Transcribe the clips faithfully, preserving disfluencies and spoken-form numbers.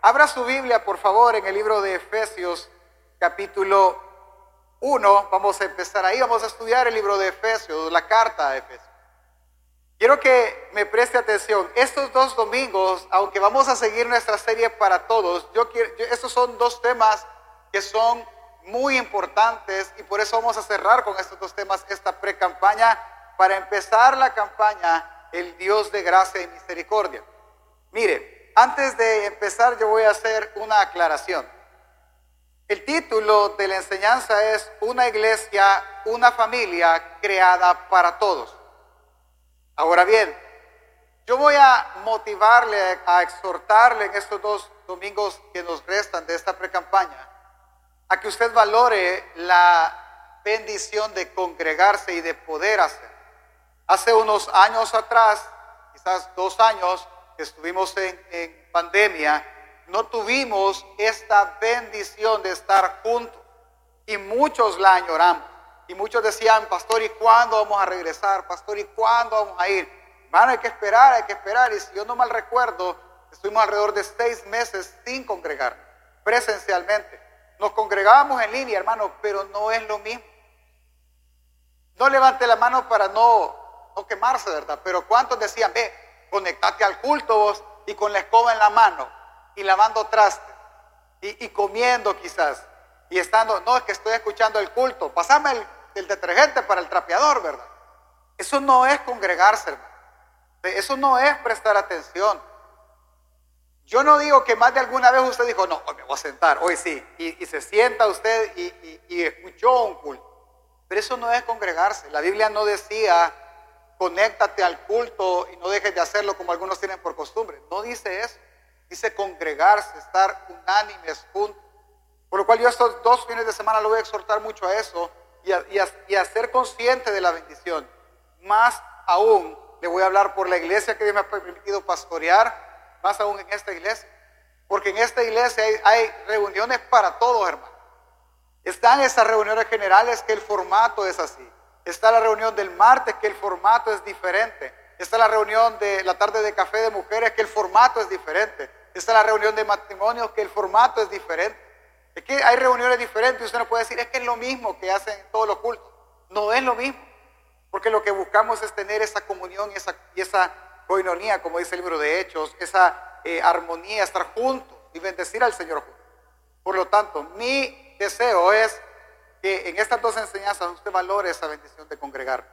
Abra su Biblia, por favor, en el libro de Efesios, capítulo uno. Vamos a empezar ahí, vamos a estudiar el libro de Efesios, la carta a Efesios. Quiero que me preste atención. Estos dos domingos, aunque vamos a seguir nuestra serie para todos, yo quiero, yo, estos son dos temas que son muy importantes y por eso vamos a cerrar con estos dos temas esta pre-campaña para empezar la campaña El Dios de gracia y misericordia. Mire, antes de empezar yo voy a hacer una aclaración. El título de la enseñanza es Una iglesia, una familia creada para todos. Ahora bien, yo voy a motivarle, a exhortarle en estos dos domingos que nos restan de esta pre-campaña a que usted valore la bendición de congregarse y de poder hacer. Hace unos años atrás, quizás dos años, que estuvimos en, en pandemia, no tuvimos esta bendición de estar juntos y muchos la añoramos. Y muchos decían, pastor, ¿y cuándo vamos a regresar? Pastor, ¿y cuándo vamos a ir? Hermano, hay que esperar, hay que esperar. Y si yo no mal recuerdo, estuvimos alrededor de seis meses sin congregar, presencialmente. Nos congregábamos en línea, hermano, pero no es lo mismo. No levante la mano para no, no quemarse, ¿verdad? Pero ¿cuántos decían, ve, conectate al culto vos y con la escoba en la mano y lavando trastes y, y comiendo quizás y estando, no, es que estoy escuchando el culto, pasame el, el detergente para el trapeador, ¿verdad? Eso no es congregarse, hermano. Eso no es prestar atención. Yo no digo que más de alguna vez usted dijo, no, hoy me voy a sentar, hoy sí, y, y se sienta usted y, y, y escuchó un culto. Pero eso no es congregarse. La Biblia no decía, conéctate al culto y no dejes de hacerlo como algunos tienen por costumbre. No dice eso. Dice congregarse, estar unánimes juntos. Por lo cual yo estos dos fines de semana lo voy a exhortar mucho a eso y a, y a, y a ser consciente de la bendición. Más aún, le voy a hablar por la iglesia que Dios me ha permitido pastorear, más aún en esta iglesia. Porque en esta iglesia hay, hay reuniones para todos, hermano. Están esas reuniones generales que el formato es así. Está la reunión del martes que el formato es diferente. Está la reunión de la tarde de café de mujeres que el formato es diferente. Está la reunión de matrimonios que el formato es diferente. Es que hay reuniones diferentes y usted no puede decir, es que es lo mismo que hacen en todos los cultos. No es lo mismo. Porque lo que buscamos es tener esa comunión y esa, y esa coinonía, como dice el libro de Hechos, esa eh, armonía, estar juntos y bendecir al Señor juntos. Por lo tanto, mi deseo es que en estas dos enseñanzas usted valore esa bendición de congregar.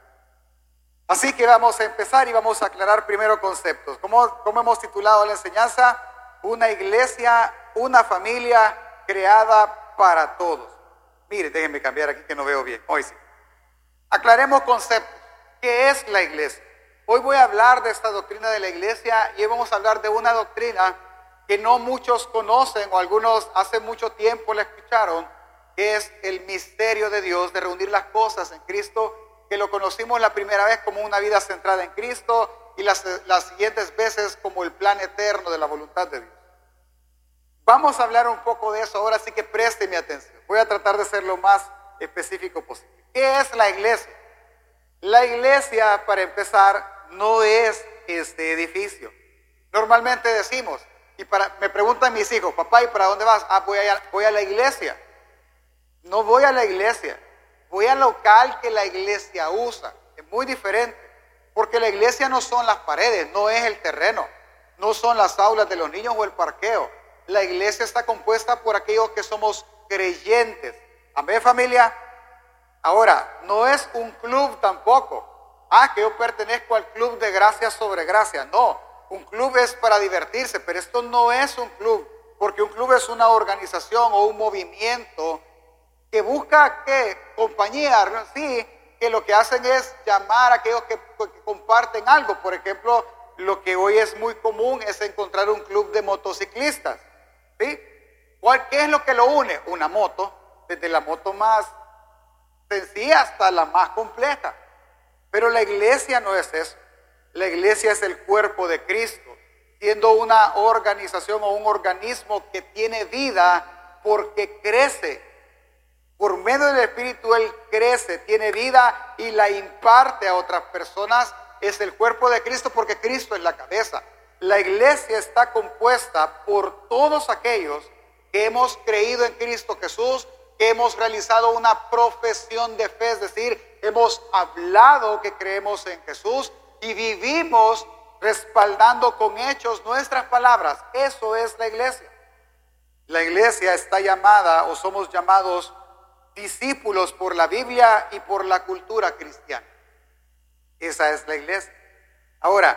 Así que vamos a empezar y vamos a aclarar primero conceptos. ¿Cómo, cómo hemos titulado la enseñanza? Una iglesia, una familia creada para todos. Mire, déjenme cambiar aquí que no veo bien. Hoy sí. Aclaremos conceptos. ¿Qué es la iglesia? Hoy voy a hablar de esta doctrina de la iglesia y hoy vamos a hablar de una doctrina que no muchos conocen o algunos hace mucho tiempo la escucharon, que es el misterio de Dios, de reunir las cosas en Cristo, que lo conocimos la primera vez como una vida centrada en Cristo y las, las siguientes veces como el plan eterno de la voluntad de Dios. Vamos a hablar un poco de eso ahora, así que preste mi atención. Voy a tratar de ser lo más específico posible. ¿Qué es la iglesia? La iglesia, para empezar, no es este edificio. Normalmente decimos, y para, me preguntan mis hijos, papá, ¿y para dónde vas? Ah, voy a, voy a la iglesia. No voy a la iglesia, voy al local que la iglesia usa. Es muy diferente, porque la iglesia no son las paredes, no es el terreno, no son las aulas de los niños o el parqueo. La iglesia está compuesta por aquellos que somos creyentes. Amén, familia. Ahora, no es un club tampoco. Ah, que yo pertenezco al club de gracia sobre gracia. No, un club es para divertirse, pero esto no es un club, porque un club es una organización o un movimiento que busca ¿qué? Compañía, ¿no? Sí, que lo que hacen es llamar a aquellos que, que comparten algo. Por ejemplo, lo que hoy es muy común es encontrar un club de motociclistas, ¿sí? ¿Qué es lo que lo une? Una moto, desde la moto más sencilla hasta la más compleja. Pero la iglesia no es eso. La iglesia es el cuerpo de Cristo, siendo una organización o un organismo que tiene vida porque crece. Por medio del Espíritu Él crece, tiene vida y la imparte a otras personas. Es el cuerpo de Cristo porque Cristo es la cabeza. la iglesia está compuesta por todos aquellos que hemos creído en Cristo Jesús, que hemos realizado una profesión de fe, es decir, hemos hablado que creemos en Jesús y vivimos respaldando con hechos nuestras palabras. Eso es la iglesia. La iglesia está llamada, o somos llamados discípulos por la Biblia y por la cultura cristiana. Esa es la iglesia. Ahora,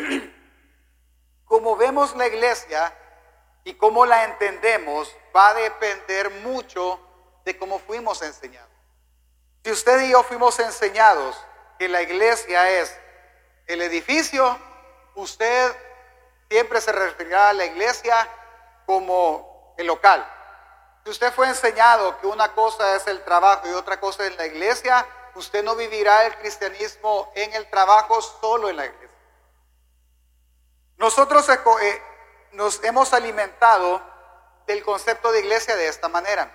como vemos la iglesia y cómo la entendemos, va a depender mucho de cómo fuimos enseñados. Si usted y yo fuimos enseñados que la iglesia es el edificio, usted siempre se referirá a la iglesia como el local. Si usted fue enseñado que una cosa es el trabajo y otra cosa es la iglesia, usted no vivirá el cristianismo en el trabajo, solo en la iglesia. Nosotros eh, nos hemos alimentado del concepto de iglesia de esta manera.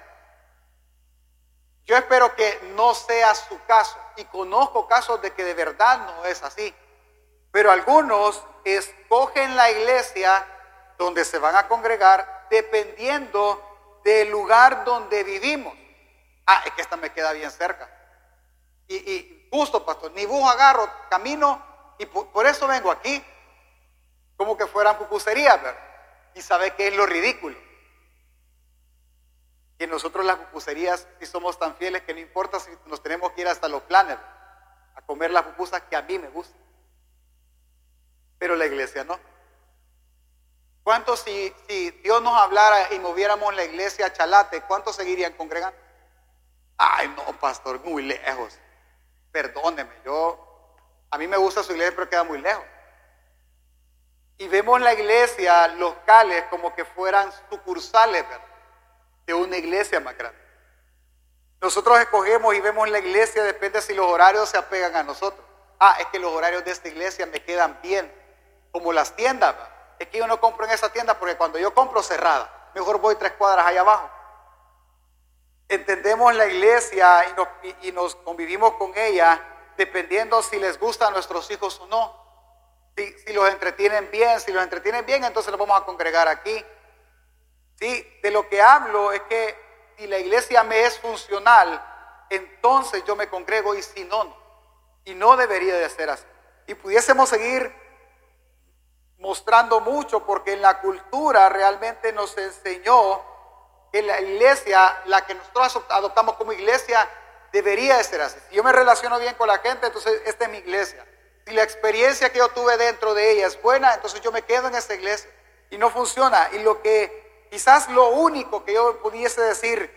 Yo espero que no sea su caso, y conozco casos de que de verdad no es así, pero algunos escogen la iglesia donde se van a congregar dependiendo del lugar donde vivimos. Ah, es que esta me queda bien cerca. Y, y justo, pastor, ni bus agarro, camino, y por, por eso vengo aquí. Como que fueran pupuserías, ¿verdad? Y sabe qué es lo ridículo. Que nosotros las pupuserías sí somos tan fieles que no importa si nos tenemos que ir hasta los planes a comer las pupusas que a mí me gustan. Pero la iglesia no. ¿Cuántos si, si Dios nos hablara y moviéramos la iglesia a Chalate, cuántos seguirían congregando? Ay, no, pastor, muy lejos. Perdóneme, yo, a mí me gusta su iglesia, pero queda muy lejos. Y vemos la iglesia locales como que fueran sucursales, ¿verdad?, de una iglesia más grande. Nosotros escogemos y vemos la iglesia, depende si los horarios se apegan a nosotros. Ah, es que los horarios de esta iglesia me quedan bien, como las tiendas, ¿verdad? Es que yo no compro en esa tienda porque cuando yo compro cerrada, mejor voy tres cuadras allá abajo. Entendemos la iglesia y nos, y, y nos convivimos con ella dependiendo si les gusta a nuestros hijos o no. Si, si los entretienen bien, si los entretienen bien, entonces los vamos a congregar aquí. Sí, de lo que hablo es que si la iglesia me es funcional, entonces yo me congrego, y si no, no. Y no debería de ser así. Y pudiésemos seguir mostrando mucho, porque en la cultura realmente nos enseñó que la iglesia, la que nosotros adoptamos como iglesia, debería de ser así. Si yo me relaciono bien con la gente, entonces esta es mi iglesia. Si la experiencia que yo tuve dentro de ella es buena, entonces yo me quedo en esta iglesia. Y no funciona. Y lo que, quizás lo único que yo pudiese decir,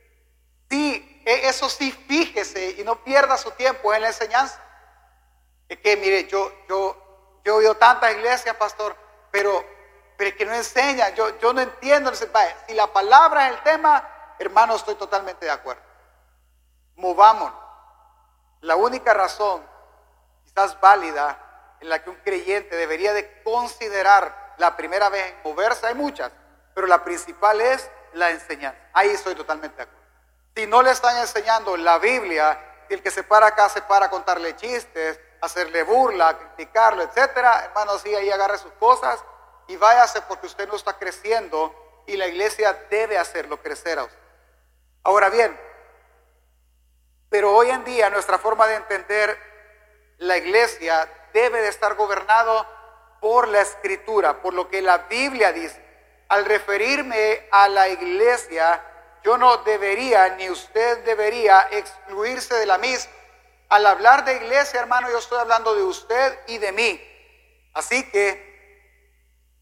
sí, eso sí, fíjese y no pierda su tiempo en la enseñanza. Es que, mire, yo, yo, yo he oído tantas iglesias, pastor, pero, pero es que no enseña. Yo, yo no entiendo. No sé, vaya, si la palabra es el tema, hermano, estoy totalmente de acuerdo. Movámonos. La única razón quizás válida en la que un creyente debería de considerar la primera vez en moverse, hay muchas, pero la principal es la enseñanza. Ahí estoy totalmente de acuerdo. Si no le están enseñando la Biblia, si el que se para acá se para a contarle chistes, hacerle burla, criticarlo, etcétera, hermano, sí, ahí agarre sus cosas y váyase, porque usted no está creciendo y la iglesia debe hacerlo crecer a usted. Ahora bien, pero hoy en día nuestra forma de entender la iglesia debe de estar gobernado por la Escritura, por lo que la Biblia dice. Al referirme a la iglesia, yo no debería, ni usted debería excluirse de la misma. Al hablar de iglesia, hermano, yo estoy hablando de usted y de mí. Así que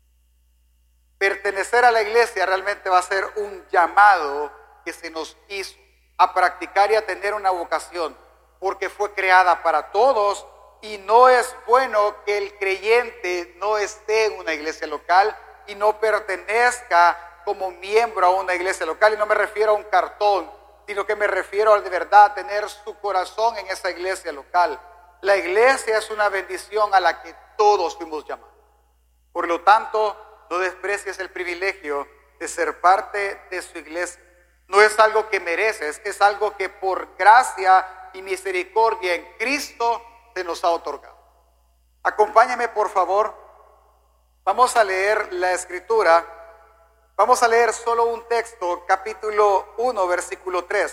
pertenecer a la iglesia realmente va a ser un llamado que se nos hizo a practicar y a tener una vocación, porque fue creada para todos, y no es bueno que el creyente no esté en una iglesia local y no pertenezca como miembro a una iglesia local. Y no me refiero a un cartón, sino que me refiero a de verdad tener su corazón en esa iglesia local. La iglesia es una bendición a la que todos fuimos llamados. Por lo tanto, no desprecies el privilegio de ser parte de su iglesia. No es algo que mereces, es algo que por gracia y misericordia en Cristo se nos ha otorgado. Acompáñame, por favor, Vamos a leer la escritura. Vamos a leer solo un texto, capítulo uno, versículo tres.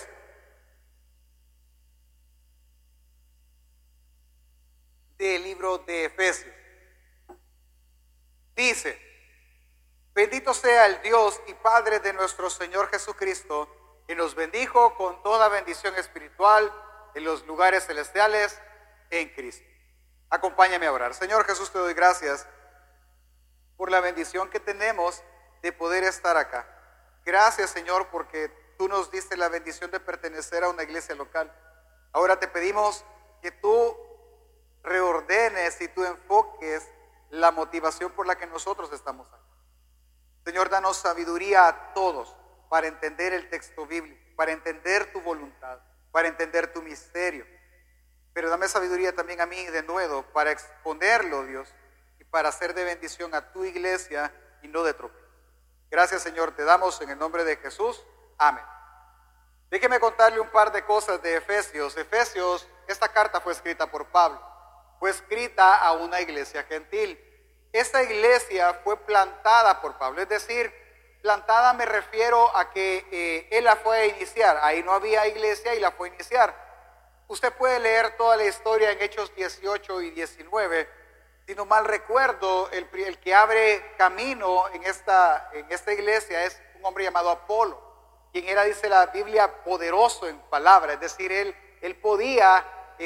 Del libro de Efesios. Dice: bendito sea el Dios y Padre de nuestro Señor Jesucristo, que nos bendijo con toda bendición espiritual en los lugares celestiales en Cristo. Acompáñame a orar. Señor Jesús, te doy gracias por la bendición que tenemos de poder estar acá. Gracias, Señor, porque tú nos diste la bendición de pertenecer a una iglesia local. Ahora te pedimos que tú reordenes y tú enfoques la motivación por la que nosotros estamos acá. Señor, danos sabiduría a todos para entender el texto bíblico, para entender tu voluntad, para entender tu misterio. Pero dame sabiduría también a mí de nuevo para exponerlo, Dios, y para hacer de bendición a tu iglesia y no de tropiezo. Gracias, Señor, te damos en el nombre de Jesús. Amén. Déjeme contarle un par de cosas de Efesios. Efesios, esta carta fue escrita por Pablo. Fue escrita a una iglesia gentil. Esta iglesia fue plantada por Pablo, es decir, plantada me refiero a que eh, él la fue a iniciar. Ahí no había iglesia y la fue a iniciar. Usted puede leer toda la historia en Hechos dieciocho y diecinueve. Si no mal recuerdo, el, el que abre camino en esta, en esta iglesia es un hombre llamado Apolo, quien era, dice la Biblia, poderoso en palabra. Es decir, él, él podía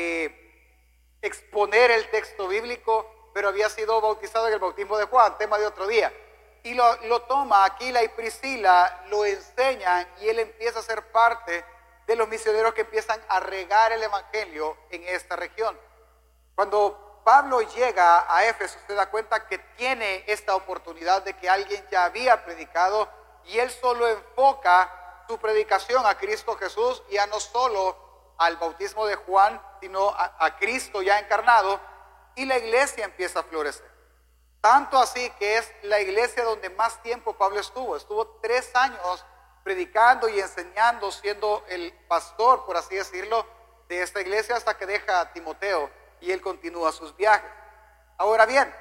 eh, exponer el texto bíblico, pero había sido bautizado en el bautismo de Juan, tema de otro día. Y lo, lo toma Aquila y Priscila, lo enseñan y él empieza a ser parte de los misioneros que empiezan a regar el evangelio en esta región. Cuando Pablo llega a Éfeso, se da cuenta que tiene esta oportunidad de que alguien ya había predicado y él solo enfoca su predicación a Cristo Jesús, y ya no solo al bautismo de Juan, sino a, a Cristo ya encarnado, y la iglesia empieza a florecer. Tanto así que es la iglesia donde más tiempo Pablo estuvo. Estuvo tres años predicando y enseñando, siendo el pastor, por así decirlo, de esta iglesia, hasta que deja a Timoteo y él continúa sus viajes. Ahora bien,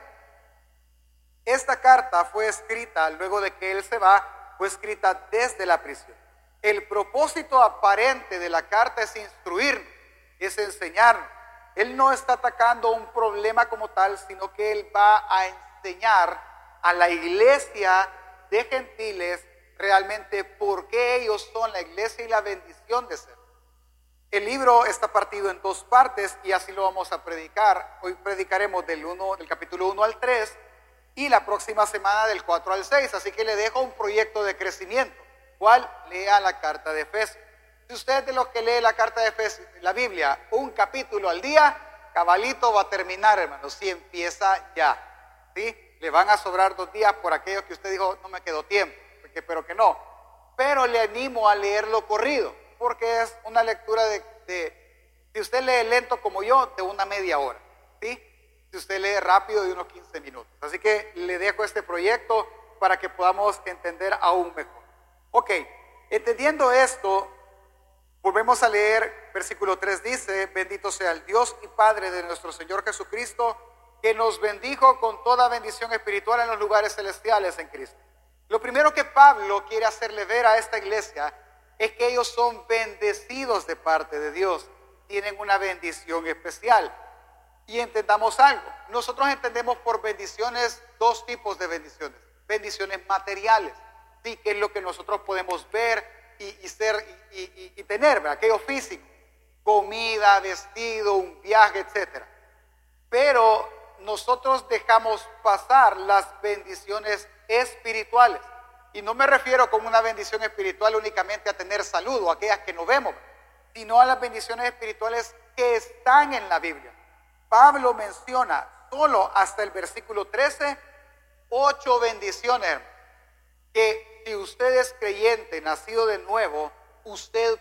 esta carta fue escrita luego de que él se va, fue escrita desde la prisión. El propósito aparente de la carta es instruirnos, es enseñarnos. Él no está atacando un problema como tal, sino que él va a enseñar a la iglesia de gentiles realmente por qué ellos son la iglesia y la bendición de ser. El libro está partido en dos partes y así lo vamos a predicar. Hoy predicaremos del, uno, del capítulo uno al tres y la próxima semana del cuatro al seis. Así que le dejo un proyecto de crecimiento. ¿Cuál? Lea la carta de Efesios. Si usted es de los que lee la carta de Efesios, la Biblia, un capítulo al día, cabalito va a terminar, hermano, si empieza ya. ¿Sí? Le van a sobrar dos días por aquello que usted dijo, no me quedó tiempo, porque, pero que no. Pero le animo a leerlo corrido, porque es una lectura de, de, si usted lee lento como yo, de una media hora, ¿sí? Si usted lee rápido, de unos quince minutos. Así que le dejo este proyecto para que podamos entender aún mejor. Ok, entendiendo esto, volvemos a leer, versículo tres dice: bendito sea el Dios y Padre de nuestro Señor Jesucristo, que nos bendijo con toda bendición espiritual en los lugares celestiales en Cristo. Lo primero que Pablo quiere hacerle ver a esta iglesia es que ellos son bendecidos de parte de Dios, tienen una bendición especial. Y entendamos algo, nosotros entendemos por bendiciones dos tipos de bendiciones: bendiciones materiales, sí, que es lo que nosotros podemos ver y, y ser y, y, y tener, ¿verdad? Aquello físico, comida, vestido, un viaje, etcétera. Pero nosotros dejamos pasar las bendiciones espirituales. Y no me refiero con una bendición espiritual únicamente a tener salud o aquellas que no vemos, sino a las bendiciones espirituales que están en la Biblia. Pablo menciona solo hasta el versículo trece, ocho bendiciones que si usted es creyente, nacido de nuevo, usted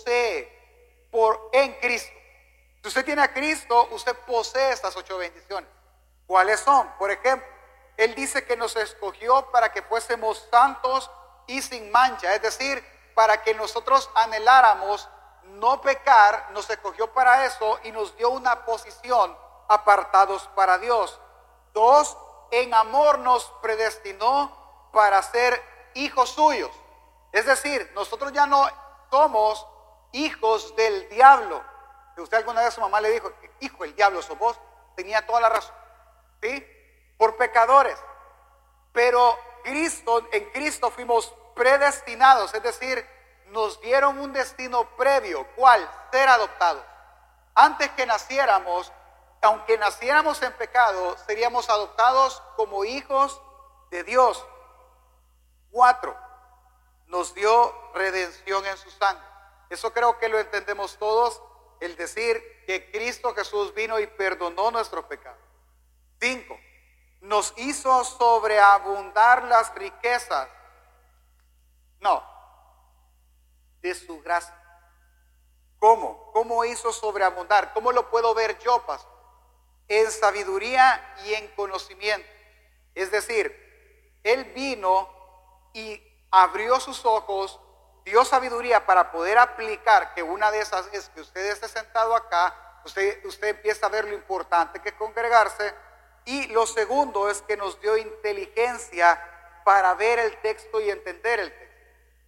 posee por, en Cristo. Si usted tiene a Cristo, usted posee estas ocho bendiciones. ¿Cuáles son? Por ejemplo, Él dice que nos escogió para que fuésemos santos y sin mancha, es decir, para que nosotros anheláramos no pecar, nos escogió para eso y nos dio una posición apartados para Dios. Dos, en amor nos predestinó para ser hijos suyos. Es decir, nosotros ya no somos hijos del diablo. Si usted alguna vez a su mamá le dijo, hijo, el diablo sos vos, tenía toda la razón, ¿sí? Por pecadores. Pero Cristo, en Cristo fuimos predestinados, es decir, nos dieron un destino previo. ¿Cuál? Ser adoptados. Antes que naciéramos, aunque naciéramos en pecado, seríamos adoptados como hijos de Dios. Cuatro, nos dio redención en su sangre. Eso creo que lo entendemos todos, el decir que Cristo Jesús vino y perdonó nuestros pecados. Cinco, nos hizo sobreabundar las riquezas. No, de su gracia. ¿Cómo? ¿Cómo hizo sobreabundar? ¿Cómo lo puedo ver yo, pastor? En sabiduría y en conocimiento. Es decir, Él vino y abrió sus ojos, dio sabiduría para poder aplicar, que una de esas es que usted esté sentado acá, usted, usted empieza a ver lo importante que es congregarse, y lo segundo es que nos dio inteligencia para ver el texto y entender el texto.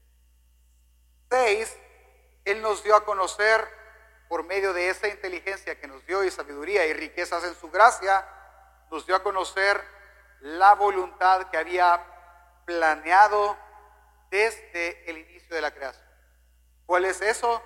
Seis, Él nos dio a conocer por medio de esa inteligencia que nos dio y sabiduría y riquezas en su gracia, nos dio a conocer la voluntad que había planeado desde el inicio de la creación. ¿Cuál es eso?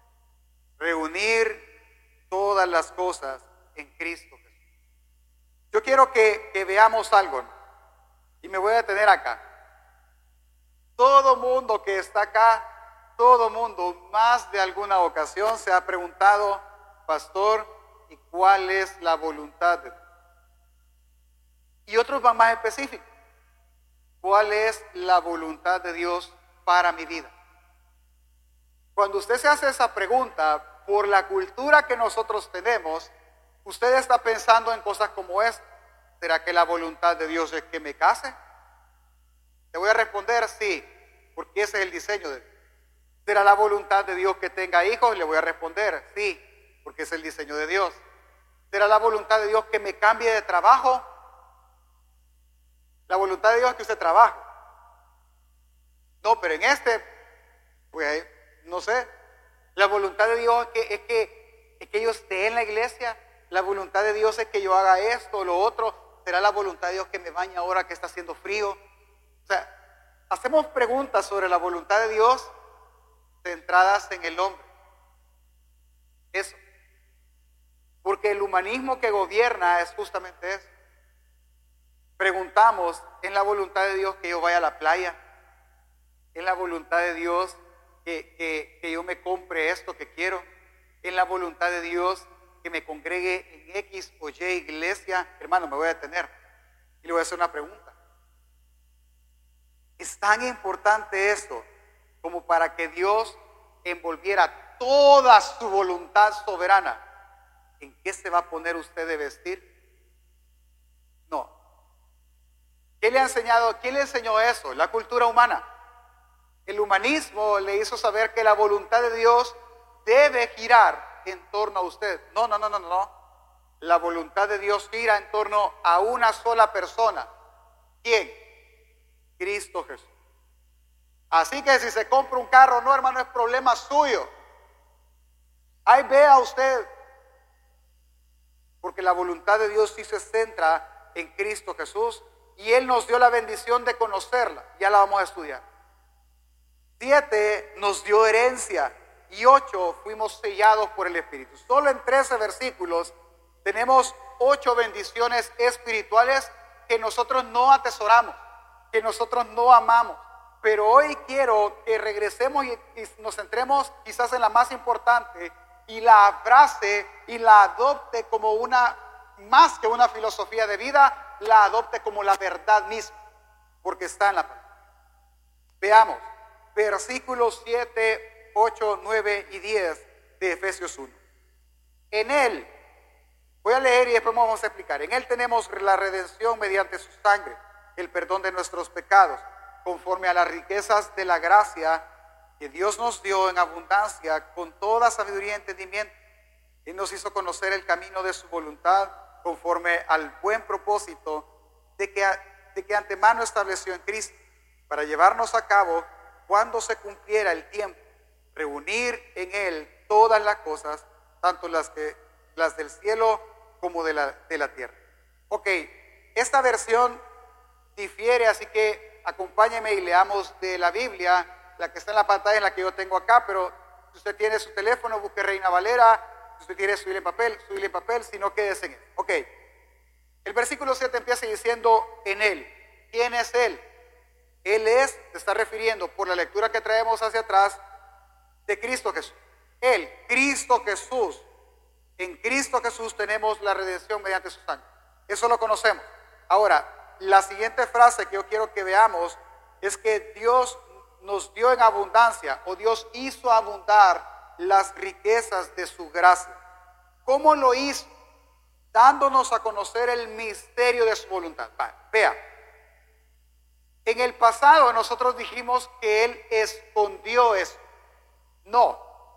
Reunir todas las cosas en Cristo Jesús. Yo quiero que, que veamos algo, ¿no? Y me voy a detener acá. Todo mundo que está acá, todo mundo, más de alguna ocasión se ha preguntado, pastor, ¿y cuál es la voluntad de Dios? Y otros van más específicos. ¿Cuál es la voluntad de Dios para mi vida? Cuando usted se hace esa pregunta, por la cultura que nosotros tenemos, usted está pensando en cosas como esta. ¿Será que la voluntad de Dios es que me case? Te voy a responder sí, porque ese es el diseño de Dios. ¿Será la voluntad de Dios que tenga hijos? Le voy a responder sí, porque es el diseño de Dios. ¿Será la voluntad de Dios que me cambie de trabajo? La voluntad de Dios es que usted trabaje. No, pero en este, pues, no sé. La voluntad de Dios es que, es que, es que yo esté en la iglesia. La voluntad de Dios es que yo haga esto o lo otro. ¿Será la voluntad de Dios que me bañe ahora que está haciendo frío? O sea, hacemos preguntas sobre la voluntad de Dios centradas en el hombre. Eso. Porque el humanismo que gobierna es justamente eso. Preguntamos, ¿es la voluntad de Dios que yo vaya a la playa? ¿Es la voluntad de Dios que, que, que yo me compre esto que quiero? ¿Es la voluntad de Dios que me congregue en X o Y iglesia? Hermano, me voy a detener y le voy a hacer una pregunta. Es tan importante esto como para que Dios envolviera toda su voluntad soberana. ¿En qué se va a poner usted de vestir? No. ¿Qué le ha enseñado? ¿Quién le enseñó eso? La cultura humana. El humanismo le hizo saber que la voluntad de Dios debe girar en torno a usted. No, no, no, no, no. La voluntad de Dios gira en torno a una sola persona. ¿Quién? Cristo Jesús. Así que si se compra un carro, no, hermano, es problema suyo. Ahí vea usted. Porque la voluntad de Dios sí se centra en Cristo Jesús y Él nos dio la bendición de conocerla. Ya la vamos a estudiar. Siete, nos dio herencia. Y ocho, fuimos sellados por el Espíritu. Solo en trece versículos tenemos ocho bendiciones espirituales que nosotros no atesoramos, que nosotros no amamos. Pero hoy quiero que regresemos y, y nos centremos quizás en la más importante y la abrace y la adopte como una, más que una filosofía de vida, la adopte como la verdad misma, porque está en la palabra. Veamos, versículos siete, ocho, nueve y diez de Efesios uno. En Él, voy a leer y después vamos a explicar. En Él tenemos la redención mediante su sangre, el perdón de nuestros pecados, conforme a las riquezas de la gracia que Dios nos dio en abundancia, con toda sabiduría y entendimiento. Él nos hizo conocer el camino de su voluntad, conforme al buen propósito de que, de que antemano estableció en Cristo para llevarnos a cabo cuando se cumpliera el tiempo, reunir en Él todas las cosas, tanto las, que, las del cielo como de la, de la tierra. Ok, esta versión difiere, así que acompáñeme y leamos de la Biblia, la que está en la pantalla es la que yo tengo acá, pero si usted tiene su teléfono, busque Reina Valera, si usted quiere subirle en papel, subirle en papel, si no, quédese en él. Ok, el versículo siete empieza diciendo en Él. ¿Quién es Él? Él es, se está refiriendo por la lectura que traemos hacia atrás, de Cristo Jesús. Él, Cristo Jesús. En Cristo Jesús tenemos la redención mediante su sangre. Eso lo conocemos. Ahora, la siguiente frase que yo quiero que veamos es que Dios nos dio en abundancia, o Dios hizo abundar las riquezas de su gracia. ¿Cómo lo hizo? Dándonos a conocer el misterio de su voluntad. Va, vea, en el pasado nosotros dijimos que Él escondió eso. No,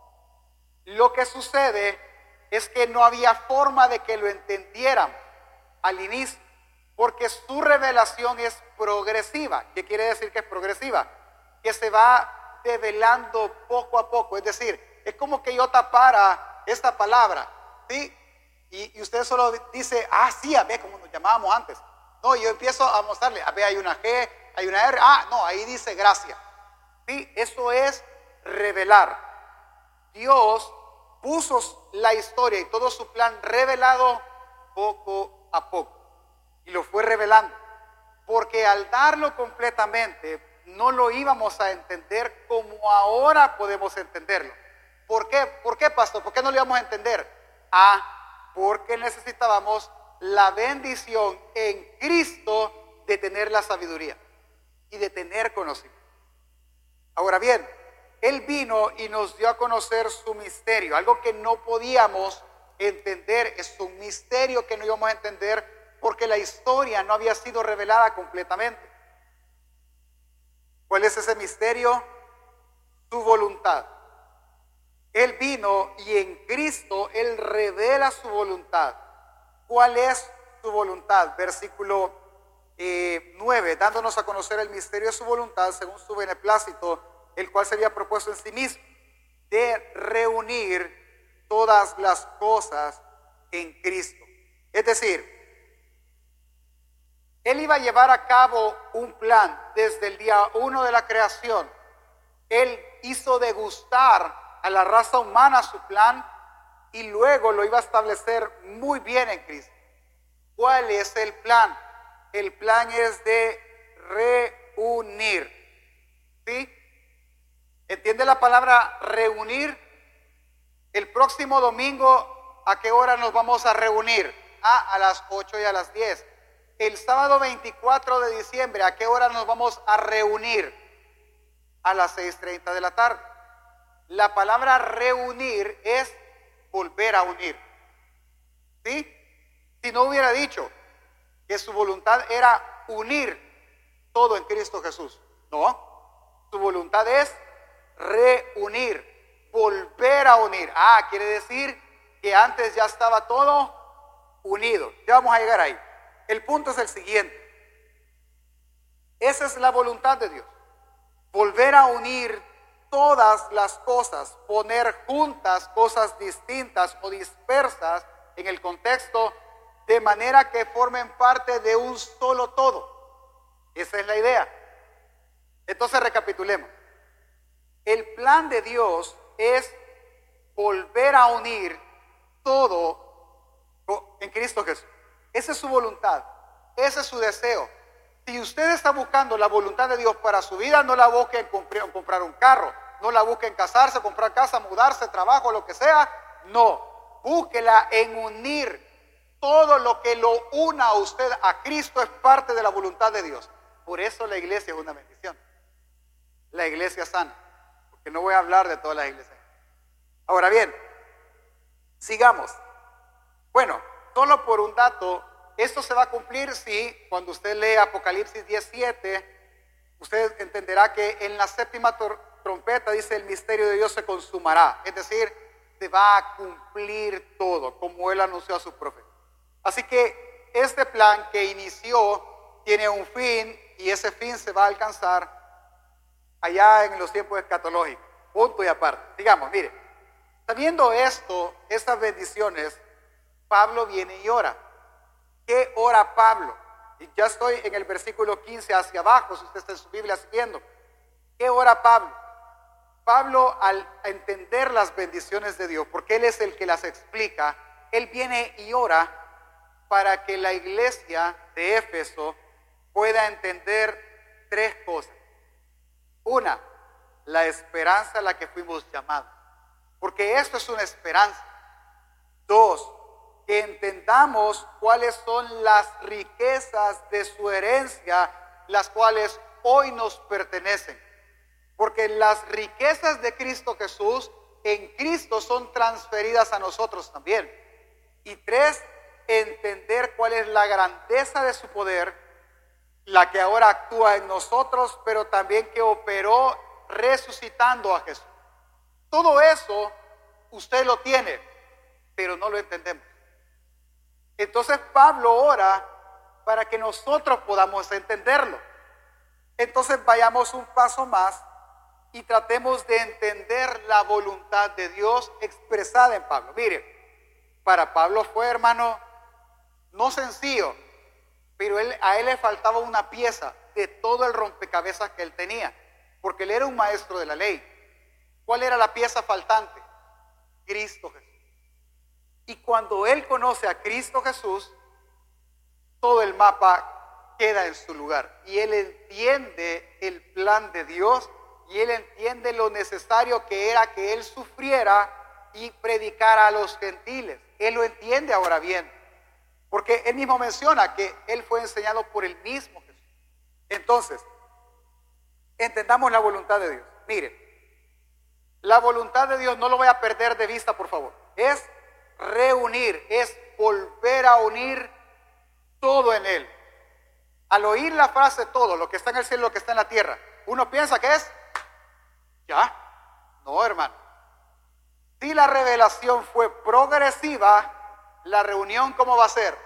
lo que sucede es que no había forma de que lo entendiéramos al inicio, porque su revelación es progresiva. ¿Qué quiere decir que es progresiva? Que se va develando poco a poco. Es decir, es como que yo tapara esta palabra, ¿sí? Y, y usted solo dice, ah, sí, a ver, como nos llamábamos antes. No, yo empiezo a mostrarle, a ver, hay una G, hay una R, ah, no, ahí dice gracia. Sí, eso es revelar. Dios puso la historia y todo su plan revelado poco a poco. Y lo fue revelando. Porque al darlo completamente, no lo íbamos a entender como ahora podemos entenderlo. ¿Por qué? ¿Por qué, pastor? ¿Por qué no lo íbamos a entender? Ah, porque necesitábamos la bendición en Cristo de tener la sabiduría y de tener conocimiento. Ahora bien, Él vino y nos dio a conocer su misterio, algo que no podíamos entender. Es un misterio que no íbamos a entender porque la historia no había sido revelada completamente. ¿Cuál es ese misterio? Su voluntad. Él vino y en Cristo Él revela su voluntad. ¿Cuál es su voluntad? Versículo eh, nueve, dándonos a conocer el misterio de su voluntad según su beneplácito, el cual se había propuesto en sí mismo, de reunir todas las cosas en Cristo. Es decir, Él iba a llevar a cabo un plan desde el día uno de la creación. Él hizo degustar a la raza humana su plan y luego lo iba a establecer muy bien en Cristo. ¿Cuál es el plan? El plan es de reunir. ¿Sí? ¿Entiende la palabra reunir? El próximo domingo, ¿a qué hora nos vamos a reunir? Ah, a las ocho y a las diez. El sábado veinticuatro de diciembre, ¿a qué hora nos vamos a reunir? A las seis treinta de la tarde. La palabra reunir es volver a unir. ¿Sí? Si no hubiera dicho que su voluntad era unir todo en Cristo Jesús. No, su voluntad es reunir, volver a unir. Ah, quiere decir que antes ya estaba todo unido. Ya vamos a llegar ahí. El punto es el siguiente. Esa es la voluntad de Dios. Volver a unir todas las cosas, poner juntas cosas distintas o dispersas en el contexto de manera que formen parte de un solo todo. Esa es la idea. Entonces recapitulemos. El plan de Dios es volver a unir todo en Cristo Jesús. Esa es su voluntad, ese es su deseo. Si usted está buscando la voluntad de Dios para su vida, no la busque en comprar un carro, no la busque en casarse, comprar casa, mudarse, trabajo, lo que sea. No, búsquela en unir todo lo que lo una a usted a Cristo. Es parte de la voluntad de Dios. Por eso la iglesia es una bendición. La iglesia sana, porque no voy a hablar de todas las iglesias. Ahora bien, sigamos. Bueno, solo por un dato, esto se va a cumplir si cuando usted lee Apocalipsis diecisiete, usted entenderá que en la séptima tor- trompeta dice el misterio de Dios se consumará. Es decir, se va a cumplir todo como Él anunció a sus profetas. Así que este plan que inició tiene un fin y ese fin se va a alcanzar allá en los tiempos escatológicos. Punto y aparte. Digamos, mire, sabiendo esto, estas bendiciones, Pablo viene y ora. ¿Qué ora Pablo? Y ya estoy en el versículo quince hacia abajo, si usted está en su Biblia siguiendo. ¿Qué ora Pablo? Pablo, al entender las bendiciones de Dios, porque él es el que las explica, él viene y ora para que la iglesia de Éfeso pueda entender tres cosas. Una, la esperanza a la que fuimos llamados, porque esto es una esperanza. Dos, que entendamos cuáles son las riquezas de su herencia, las cuales hoy nos pertenecen. Porque las riquezas de Cristo Jesús en Cristo son transferidas a nosotros también. Y tres, entender cuál es la grandeza de su poder, la que ahora actúa en nosotros, pero también que operó resucitando a Jesús. Todo eso usted lo tiene, pero no lo entendemos. Entonces Pablo ora para que nosotros podamos entenderlo. Entonces vayamos un paso más y tratemos de entender la voluntad de Dios expresada en Pablo. Mire, para Pablo fue, hermano, no sencillo, pero él, a él le faltaba una pieza de todo el rompecabezas que él tenía, porque él era un maestro de la ley. ¿Cuál era la pieza faltante? Cristo Jesús. Y cuando él conoce a Cristo Jesús, todo el mapa queda en su lugar. Y él entiende el plan de Dios y él entiende lo necesario que era que él sufriera y predicara a los gentiles. Él lo entiende ahora bien, porque él mismo menciona que él fue enseñado por el mismo Jesús. Entonces, entendamos la voluntad de Dios. Miren, la voluntad de Dios, no lo voy a perder de vista, por favor, es reunir, es volver a unir todo en él. Al oír la frase todo, lo que está en el cielo, lo que está en la tierra, uno piensa que es ya. No, hermano. Si la revelación fue progresiva, la reunión, ¿cómo va a ser?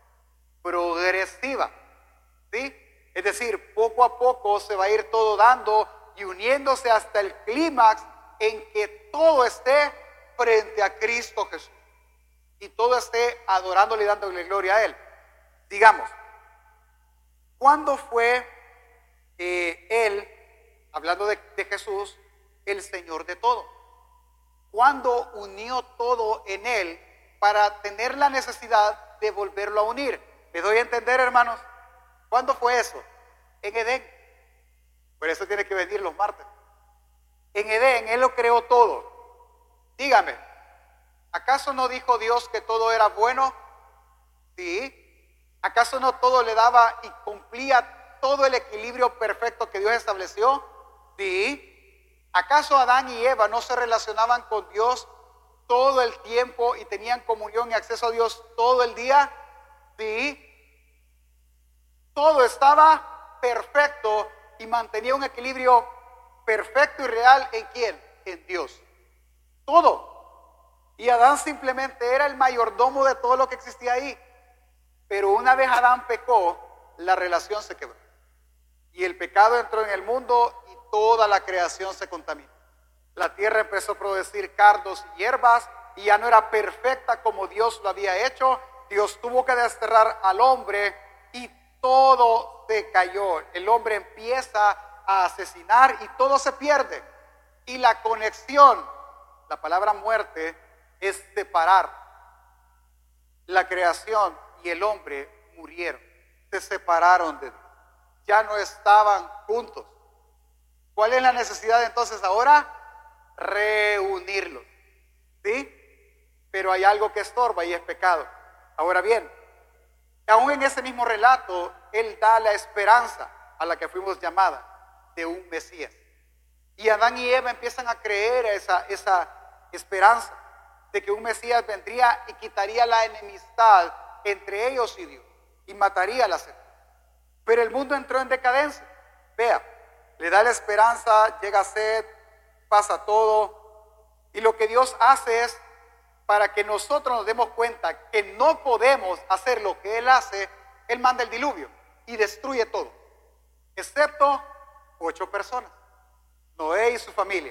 Progresiva. ¿Sí? Es decir, poco a poco se va a ir todo dando y uniéndose hasta el clímax en que todo esté frente a Cristo Jesús y todo esté adorándole y dándole gloria a él. Digamos, ¿cuándo fue eh, él, hablando de, de Jesús, el Señor de todo? ¿Cuándo unió todo en él para tener la necesidad de volverlo a unir? ¿Me doy a entender, hermanos? ¿Cuándo fue eso? En Edén. Por eso tiene que venir los martes. En Edén él lo creó todo. Dígame, ¿acaso no dijo Dios que todo era bueno? Sí. ¿Acaso no todo le daba y cumplía todo el equilibrio perfecto que Dios estableció? Sí. ¿Acaso Adán y Eva no se relacionaban con Dios todo el tiempo y tenían comunión y acceso a Dios todo el día? Sí. Todo estaba perfecto y mantenía un equilibrio perfecto y real. ¿En quién? En Dios. Todo. Y Adán simplemente era el mayordomo de todo lo que existía ahí. Pero una vez Adán pecó, la relación se quebró. Y el pecado entró en el mundo y toda la creación se contaminó. La tierra empezó a producir cardos y hierbas y ya no era perfecta como Dios lo había hecho. Dios tuvo que desterrar al hombre y todo se cayó. El hombre empieza a asesinar y todo se pierde. Y la conexión, la palabra muerte, es separar. La creación y el hombre murieron, se separaron de Dios, ya no estaban juntos. ¿Cuál es la necesidad entonces ahora? Reunirlos, ¿sí? Pero hay algo que estorba y es pecado. Ahora bien, aún en ese mismo relato, él da la esperanza a la que fuimos llamadas de un Mesías. Y Adán y Eva empiezan a creer esa, esa esperanza de que un Mesías vendría y quitaría la enemistad entre ellos y Dios y mataría a la serpiente. Pero el mundo entró en decadencia. Vea, le da la esperanza, llega sed, pasa todo, y lo que Dios hace es, para que nosotros nos demos cuenta que no podemos hacer lo que Él hace, Él manda el diluvio. y destruye todo, excepto ocho personas, Noé y su familia.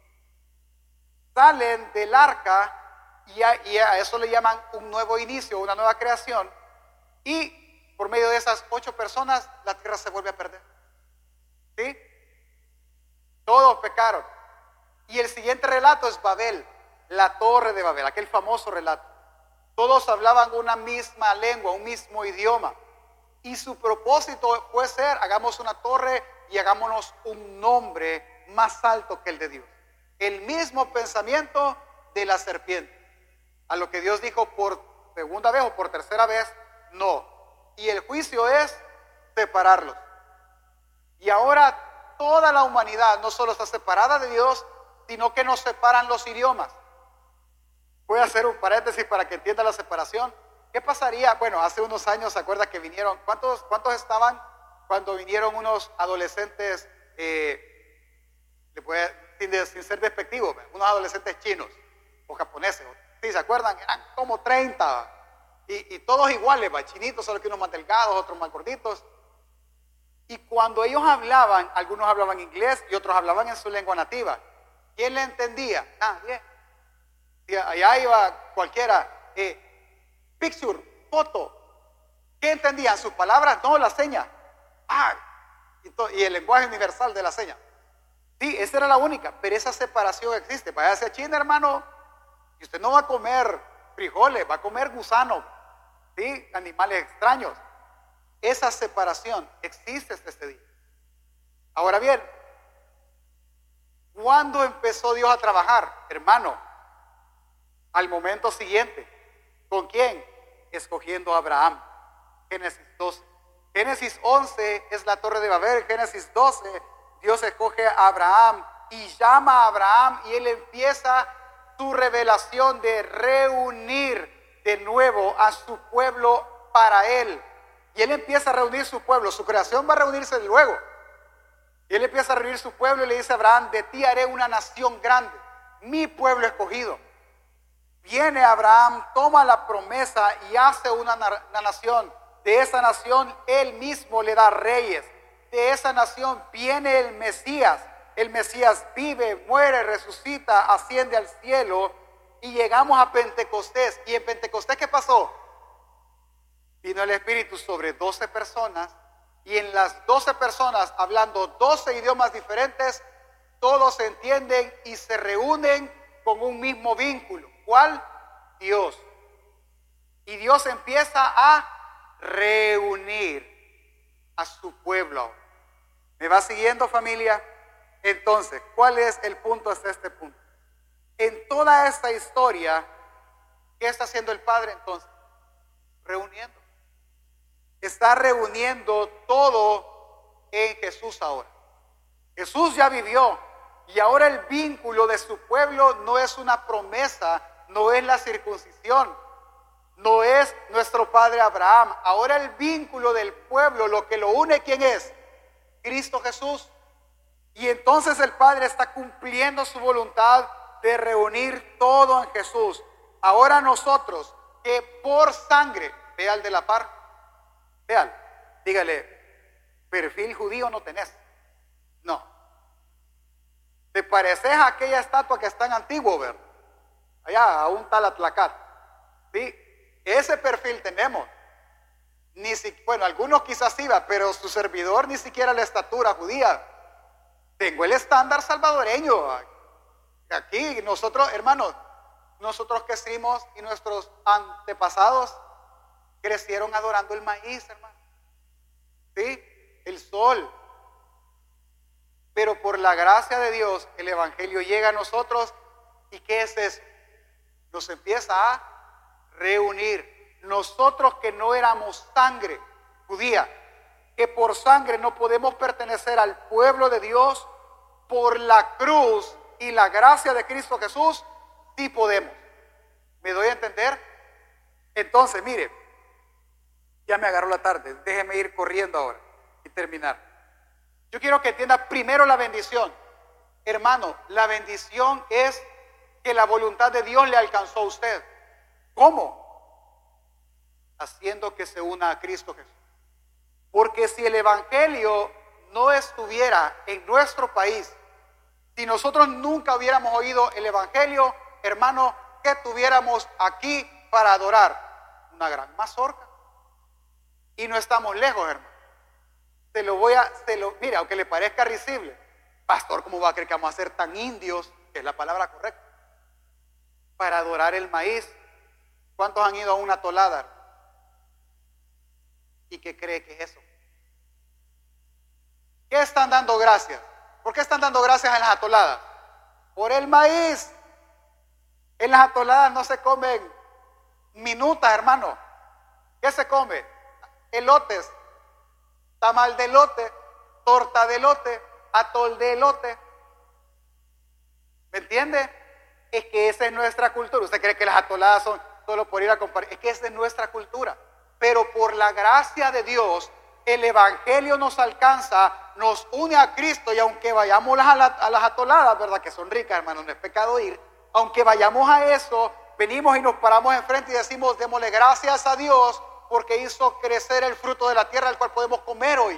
Salen del arca y a, y a eso le llaman un nuevo inicio, una nueva creación, y por medio de esas ocho personas la tierra se vuelve a perder. ¿Sí? Todos pecaron. Y el siguiente relato es Babel, la torre de Babel, aquel famoso relato. Todos hablaban una misma lengua, un mismo idioma. Y su propósito fue ser, hagamos una torre y hagámonos un nombre más alto que el de Dios. El mismo pensamiento de la serpiente. A lo que Dios dijo por segunda vez o por tercera vez, no. Y el juicio es separarlos. Y ahora toda la humanidad no solo está separada de Dios, sino que nos separan los idiomas. Voy a hacer un paréntesis para que entienda la separación. ¿Qué pasaría? Bueno, hace unos años, ¿se acuerda que vinieron? ¿Cuántos, cuántos estaban cuando vinieron unos adolescentes, eh, le puede, sin, de, sin ser despectivos, unos adolescentes chinos o japoneses? ¿Sí se acuerdan? Eran como treinta. Y, y todos iguales, ¿va? Chinitos, solo que unos más delgados, otros más gorditos. Y cuando ellos hablaban, algunos hablaban inglés y otros hablaban en su lengua nativa. ¿Quién le entendía? Nadie. Y allá iba cualquiera. Eh, picture, foto. ¿Qué entendían? ¿Sus palabras? No, la seña. Ah, y, to, y el lenguaje universal de la seña. Sí, esa era la única, pero esa separación existe. Vaya hacia China, hermano, y usted no va a comer frijoles, va a comer gusanos, ¿sí? Animales extraños. Esa separación existe hasta este día. Ahora bien, ¿cuándo empezó Dios a trabajar? Hermano, al momento siguiente. ¿Con quién? Escogiendo a Abraham. Génesis doce. Génesis once es la torre de Babel. Génesis doce, Dios escoge a Abraham y llama a Abraham y él empieza su revelación de reunir de nuevo a su pueblo para él. Y él empieza a reunir su pueblo. Su creación va a reunirse luego. Y él empieza a reunir su pueblo y le dice a Abraham: de ti haré una nación grande, mi pueblo escogido. Viene Abraham, toma la promesa y hace una, una nación. De esa nación él mismo le da reyes. De esa nación viene el Mesías. El Mesías vive, muere, resucita, asciende al cielo y llegamos a Pentecostés. ¿Y en Pentecostés qué pasó? Vino el Espíritu sobre doce personas y en las doce personas, hablando doce idiomas diferentes, todos se entienden y se reúnen con un mismo vínculo. ¿Cuál? Dios. Y Dios empieza a reunir a su pueblo. ¿Me va siguiendo, familia? Entonces, ¿cuál es el punto hasta este punto? En toda esta historia, ¿qué está haciendo el Padre entonces? Reuniendo. Está reuniendo todo en Jesús ahora. Jesús ya vivió y ahora el vínculo de su pueblo no es una promesa, no es la circuncisión, no es nuestro padre Abraham. Ahora el vínculo del pueblo, lo que lo une, ¿quién es? Cristo Jesús. Y entonces el Padre está cumpliendo su voluntad de reunir todo en Jesús. Ahora nosotros, que por sangre, vea al de la par, vean, dígale, perfil judío no tenés. No. Te pareces a aquella estatua que está en Antiguo, ¿ver? Allá, a un tal Atlacat. ¿Sí? Ese perfil tenemos. Ni si, bueno, algunos quizás iba, pero su servidor ni siquiera la estatura judía. Tengo el estándar salvadoreño. Aquí nosotros, hermanos, nosotros crecimos y nuestros antepasados crecieron adorando el maíz, hermano. ¿Sí? El sol. Pero por la gracia de Dios, el evangelio llega a nosotros. ¿Y qué es eso? Nos empieza a reunir. Nosotros que no éramos sangre judía, que por sangre no podemos pertenecer al pueblo de Dios, por la cruz y la gracia de Cristo Jesús, sí podemos. ¿Me doy a entender? Entonces, mire, ya me agarró la tarde, déjeme ir corriendo ahora y terminar. Yo quiero que entienda primero la bendición. Hermano, la bendición es que la voluntad de Dios le alcanzó a usted. ¿Cómo? Haciendo que se una a Cristo Jesús. Porque si el evangelio no estuviera en nuestro país, si nosotros nunca hubiéramos oído el evangelio, hermano, ¿qué tuviéramos aquí para adorar? Una gran mazorca. Y no estamos lejos, hermano. Se lo voy a, se lo, mira, aunque le parezca risible, pastor, ¿cómo va a creer que vamos a ser tan indios? Que es la palabra correcta. Para adorar el maíz. ¿Cuántos han ido a una tolada? ¿Y qué cree que es eso? ¿Qué están dando gracias? ¿Por qué están dando gracias en las atoladas? Por el maíz. En las atoladas no se comen minutas, hermano. ¿Qué se come? Elotes, tamal de elote, torta de elote, atol de elote. ¿Me entiende? Es que esa es nuestra cultura. ¿Usted cree que las atoladas son solo por ir a compartir? Es que esa es nuestra cultura. Pero por la gracia de Dios, el evangelio nos alcanza, nos une a Cristo, y aunque vayamos a, la, a las atoladas, ¿verdad? Que son ricas, hermano, no es pecado ir. Aunque vayamos a eso, venimos y nos paramos enfrente y decimos, démosle gracias a Dios porque hizo crecer el fruto de la tierra, el cual podemos comer hoy.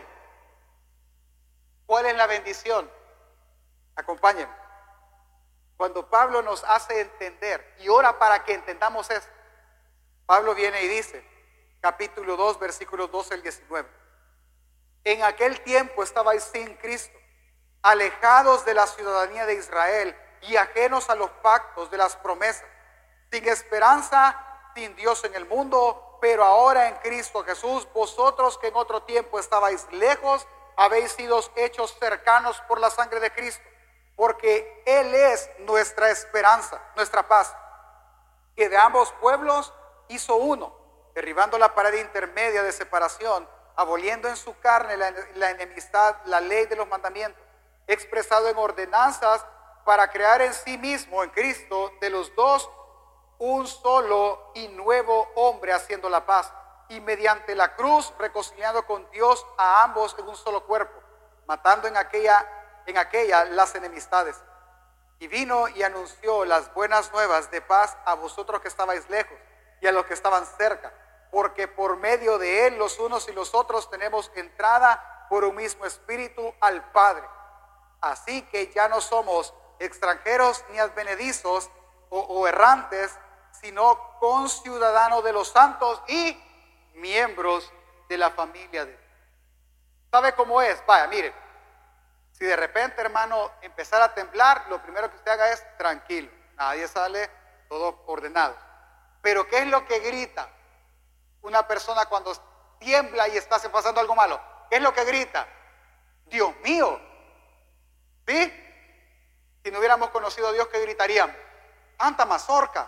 ¿Cuál es la bendición? Acompáñenme. Cuando Pablo nos hace entender y ora para que entendamos esto, Pablo viene y dice, capítulo dos, versículos doce al diecinueve. En aquel tiempo estabais sin Cristo, alejados de la ciudadanía de Israel y ajenos a los pactos de las promesas, sin esperanza, sin Dios en el mundo, pero ahora en Cristo Jesús, vosotros que en otro tiempo estabais lejos, habéis sido hechos cercanos por la sangre de Cristo, porque Él es nuestra esperanza, nuestra paz, que de ambos pueblos hizo uno, derribando la pared intermedia de separación, aboliendo en su carne la, la enemistad, la ley de los mandamientos, expresado en ordenanzas, para crear en sí mismo, en Cristo, de los dos, un solo y nuevo hombre, haciendo la paz, y mediante la cruz reconciliando con Dios a ambos en un solo cuerpo, matando en aquella, en aquella las enemistades. Y vino y anunció las buenas nuevas de paz a vosotros que estabais lejos y a los que estaban cerca, porque por medio de él los unos y los otros tenemos entrada por un mismo espíritu al Padre. Así que ya no somos extranjeros ni advenedizos o, o errantes, sino conciudadanos de los santos y miembros de la familia de Dios. ¿Sabe cómo es? Vaya, mire, si de repente, hermano, empezara a temblar, lo primero que usted haga es tranquilo, nadie sale, todo ordenado. Pero ¿qué es lo que grita una persona cuando tiembla y está pasando algo malo? ¿Qué es lo que grita? Dios mío. ¿Sí? Si no hubiéramos conocido a Dios, ¿qué gritaríamos? Santa mazorca.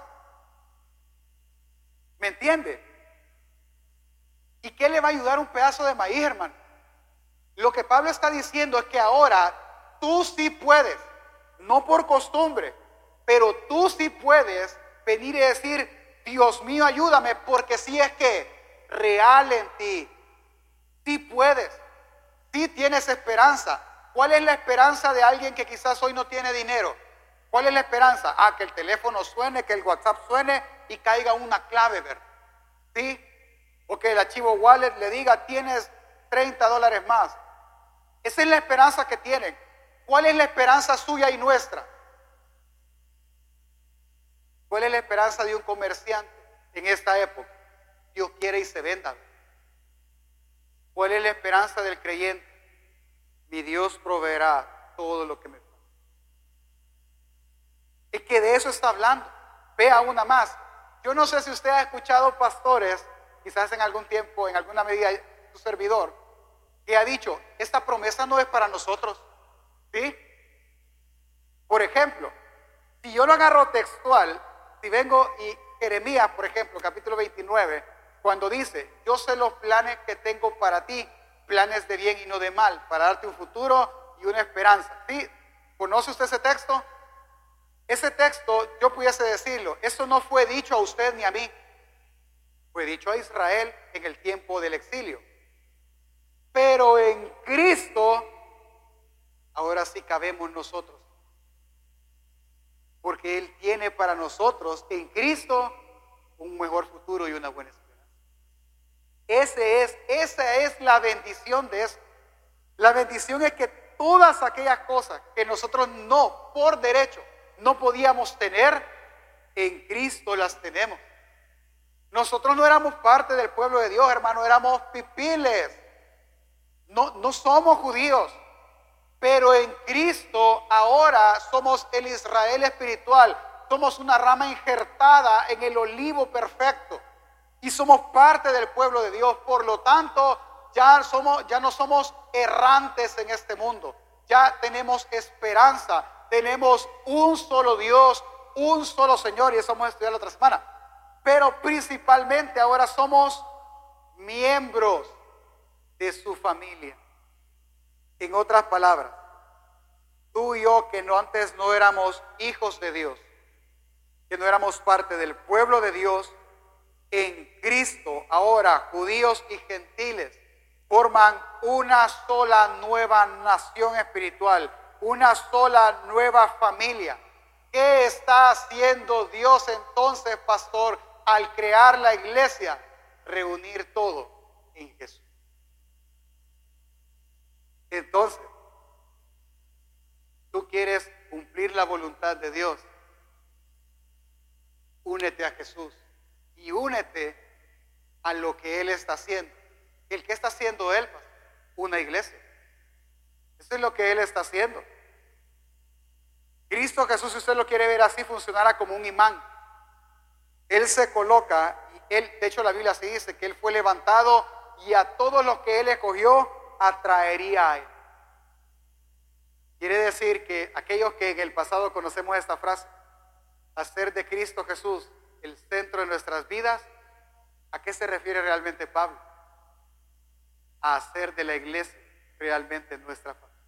¿Me entiende? ¿Y qué le va a ayudar un pedazo de maíz, hermano? Lo que Pablo está diciendo es que ahora tú sí puedes, no por costumbre, pero tú sí puedes venir y decir, Dios mío, ayúdame, porque si es que real en ti, sí puedes, sí tienes esperanza. ¿Cuál es la esperanza de alguien que quizás hoy no tiene dinero? ¿Cuál es la esperanza? Ah, que el teléfono suene, que el WhatsApp suene y caiga una clave, ¿verdad? ¿Sí? O que el archivo wallet le diga, tienes treinta dólares más. Esa es la esperanza que tienen. ¿Cuál es la esperanza suya y nuestra? ¿Cuál es la esperanza de un comerciante en esta época? Dios quiere y se venda. ¿Cuál es la esperanza del creyente? Mi Dios proveerá todo lo que me falta. Es que de eso está hablando. Vea una más. Yo no sé si usted ha escuchado pastores, quizás en algún tiempo, en alguna medida, su servidor, que ha dicho, esta promesa no es para nosotros. ¿Sí? Por ejemplo, si yo lo agarro textual, si vengo y Jeremías, por ejemplo, capítulo veintinueve, cuando dice, yo sé los planes que tengo para ti, planes de bien y no de mal, para darte un futuro y una esperanza. ¿Sí? ¿Conoce usted ese texto? Ese texto, yo pudiese decirlo, eso no fue dicho a usted ni a mí, fue dicho a Israel en el tiempo del exilio. Pero en Cristo, ahora sí cabemos nosotros. Porque Él tiene para nosotros en Cristo un mejor futuro y una buena esperanza. Ese es, esa es la bendición de eso. La bendición es que todas aquellas cosas que nosotros no, por derecho, no podíamos tener, en Cristo las tenemos. Nosotros no éramos parte del pueblo de Dios, hermano, éramos pipiles. No, no somos judíos, pero en Cristo ahora somos el Israel espiritual. Somos una rama injertada en el olivo perfecto y somos parte del pueblo de Dios. Por lo tanto, ya, somos, ya no somos errantes en este mundo. Ya tenemos esperanza, tenemos un solo Dios, un solo Señor, y eso vamos a estudiar la otra semana. Pero principalmente ahora somos miembros de su familia. En otras palabras, tú y yo que no, antes no éramos hijos de Dios, que no éramos parte del pueblo de Dios, en Cristo ahora judíos y gentiles forman una sola nueva nación espiritual, una sola nueva familia. ¿Qué está haciendo Dios entonces, pastor, al crear la iglesia? Reunir todo en Jesús. Entonces, tú quieres cumplir la voluntad de Dios, únete a Jesús y únete a lo que Él está haciendo. ¿El qué está haciendo Él? Una iglesia. Eso es lo que Él está haciendo. Cristo Jesús, si usted lo quiere ver así, funcionará como un imán. Él se coloca, y él, de hecho la Biblia así dice, que Él fue levantado y a todos los que Él escogió, atraería a Él. Quiere decir que aquellos que en el pasado conocemos esta frase, hacer de Cristo Jesús el centro de nuestras vidas, ¿a qué se refiere realmente Pablo? A hacer de la iglesia realmente nuestra familia.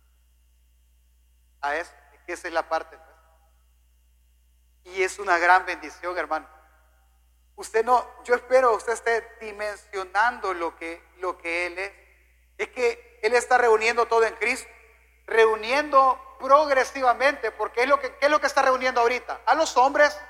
A eso, que esa es la parte nuestra. Y es una gran bendición, hermano. Usted no, yo espero usted esté dimensionando lo que, lo que Él es. Es que Él está reuniendo todo en Cristo, reuniendo progresivamente, porque es lo que, ¿qué es lo que está reuniendo ahorita? A los hombres,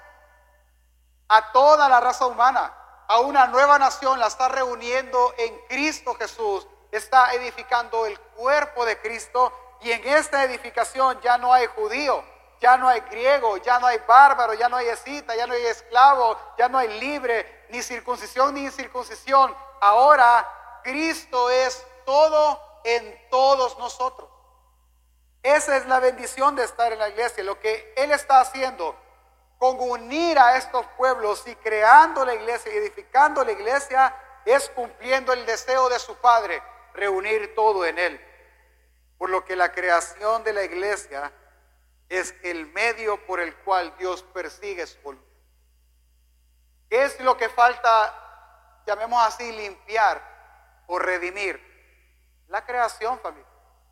a toda la raza humana, a una nueva nación, la está reuniendo en Cristo Jesús, está edificando el cuerpo de Cristo, y en esta edificación ya no hay judío, ya no hay griego, ya no hay bárbaro, ya no hay escita, ya no hay esclavo, ya no hay libre, ni circuncisión ni incircuncisión. Ahora Cristo es todo en todos nosotros. Esa es la bendición de estar en la iglesia. Lo que Él está haciendo con unir a estos pueblos y creando la iglesia y edificando la iglesia es cumpliendo el deseo de su Padre, reunir todo en Él. Por lo que la creación de la iglesia es el medio por el cual Dios persigue su voluntad. ¿Qué es lo que falta, llamemos así, limpiar o redimir? La creación, familia.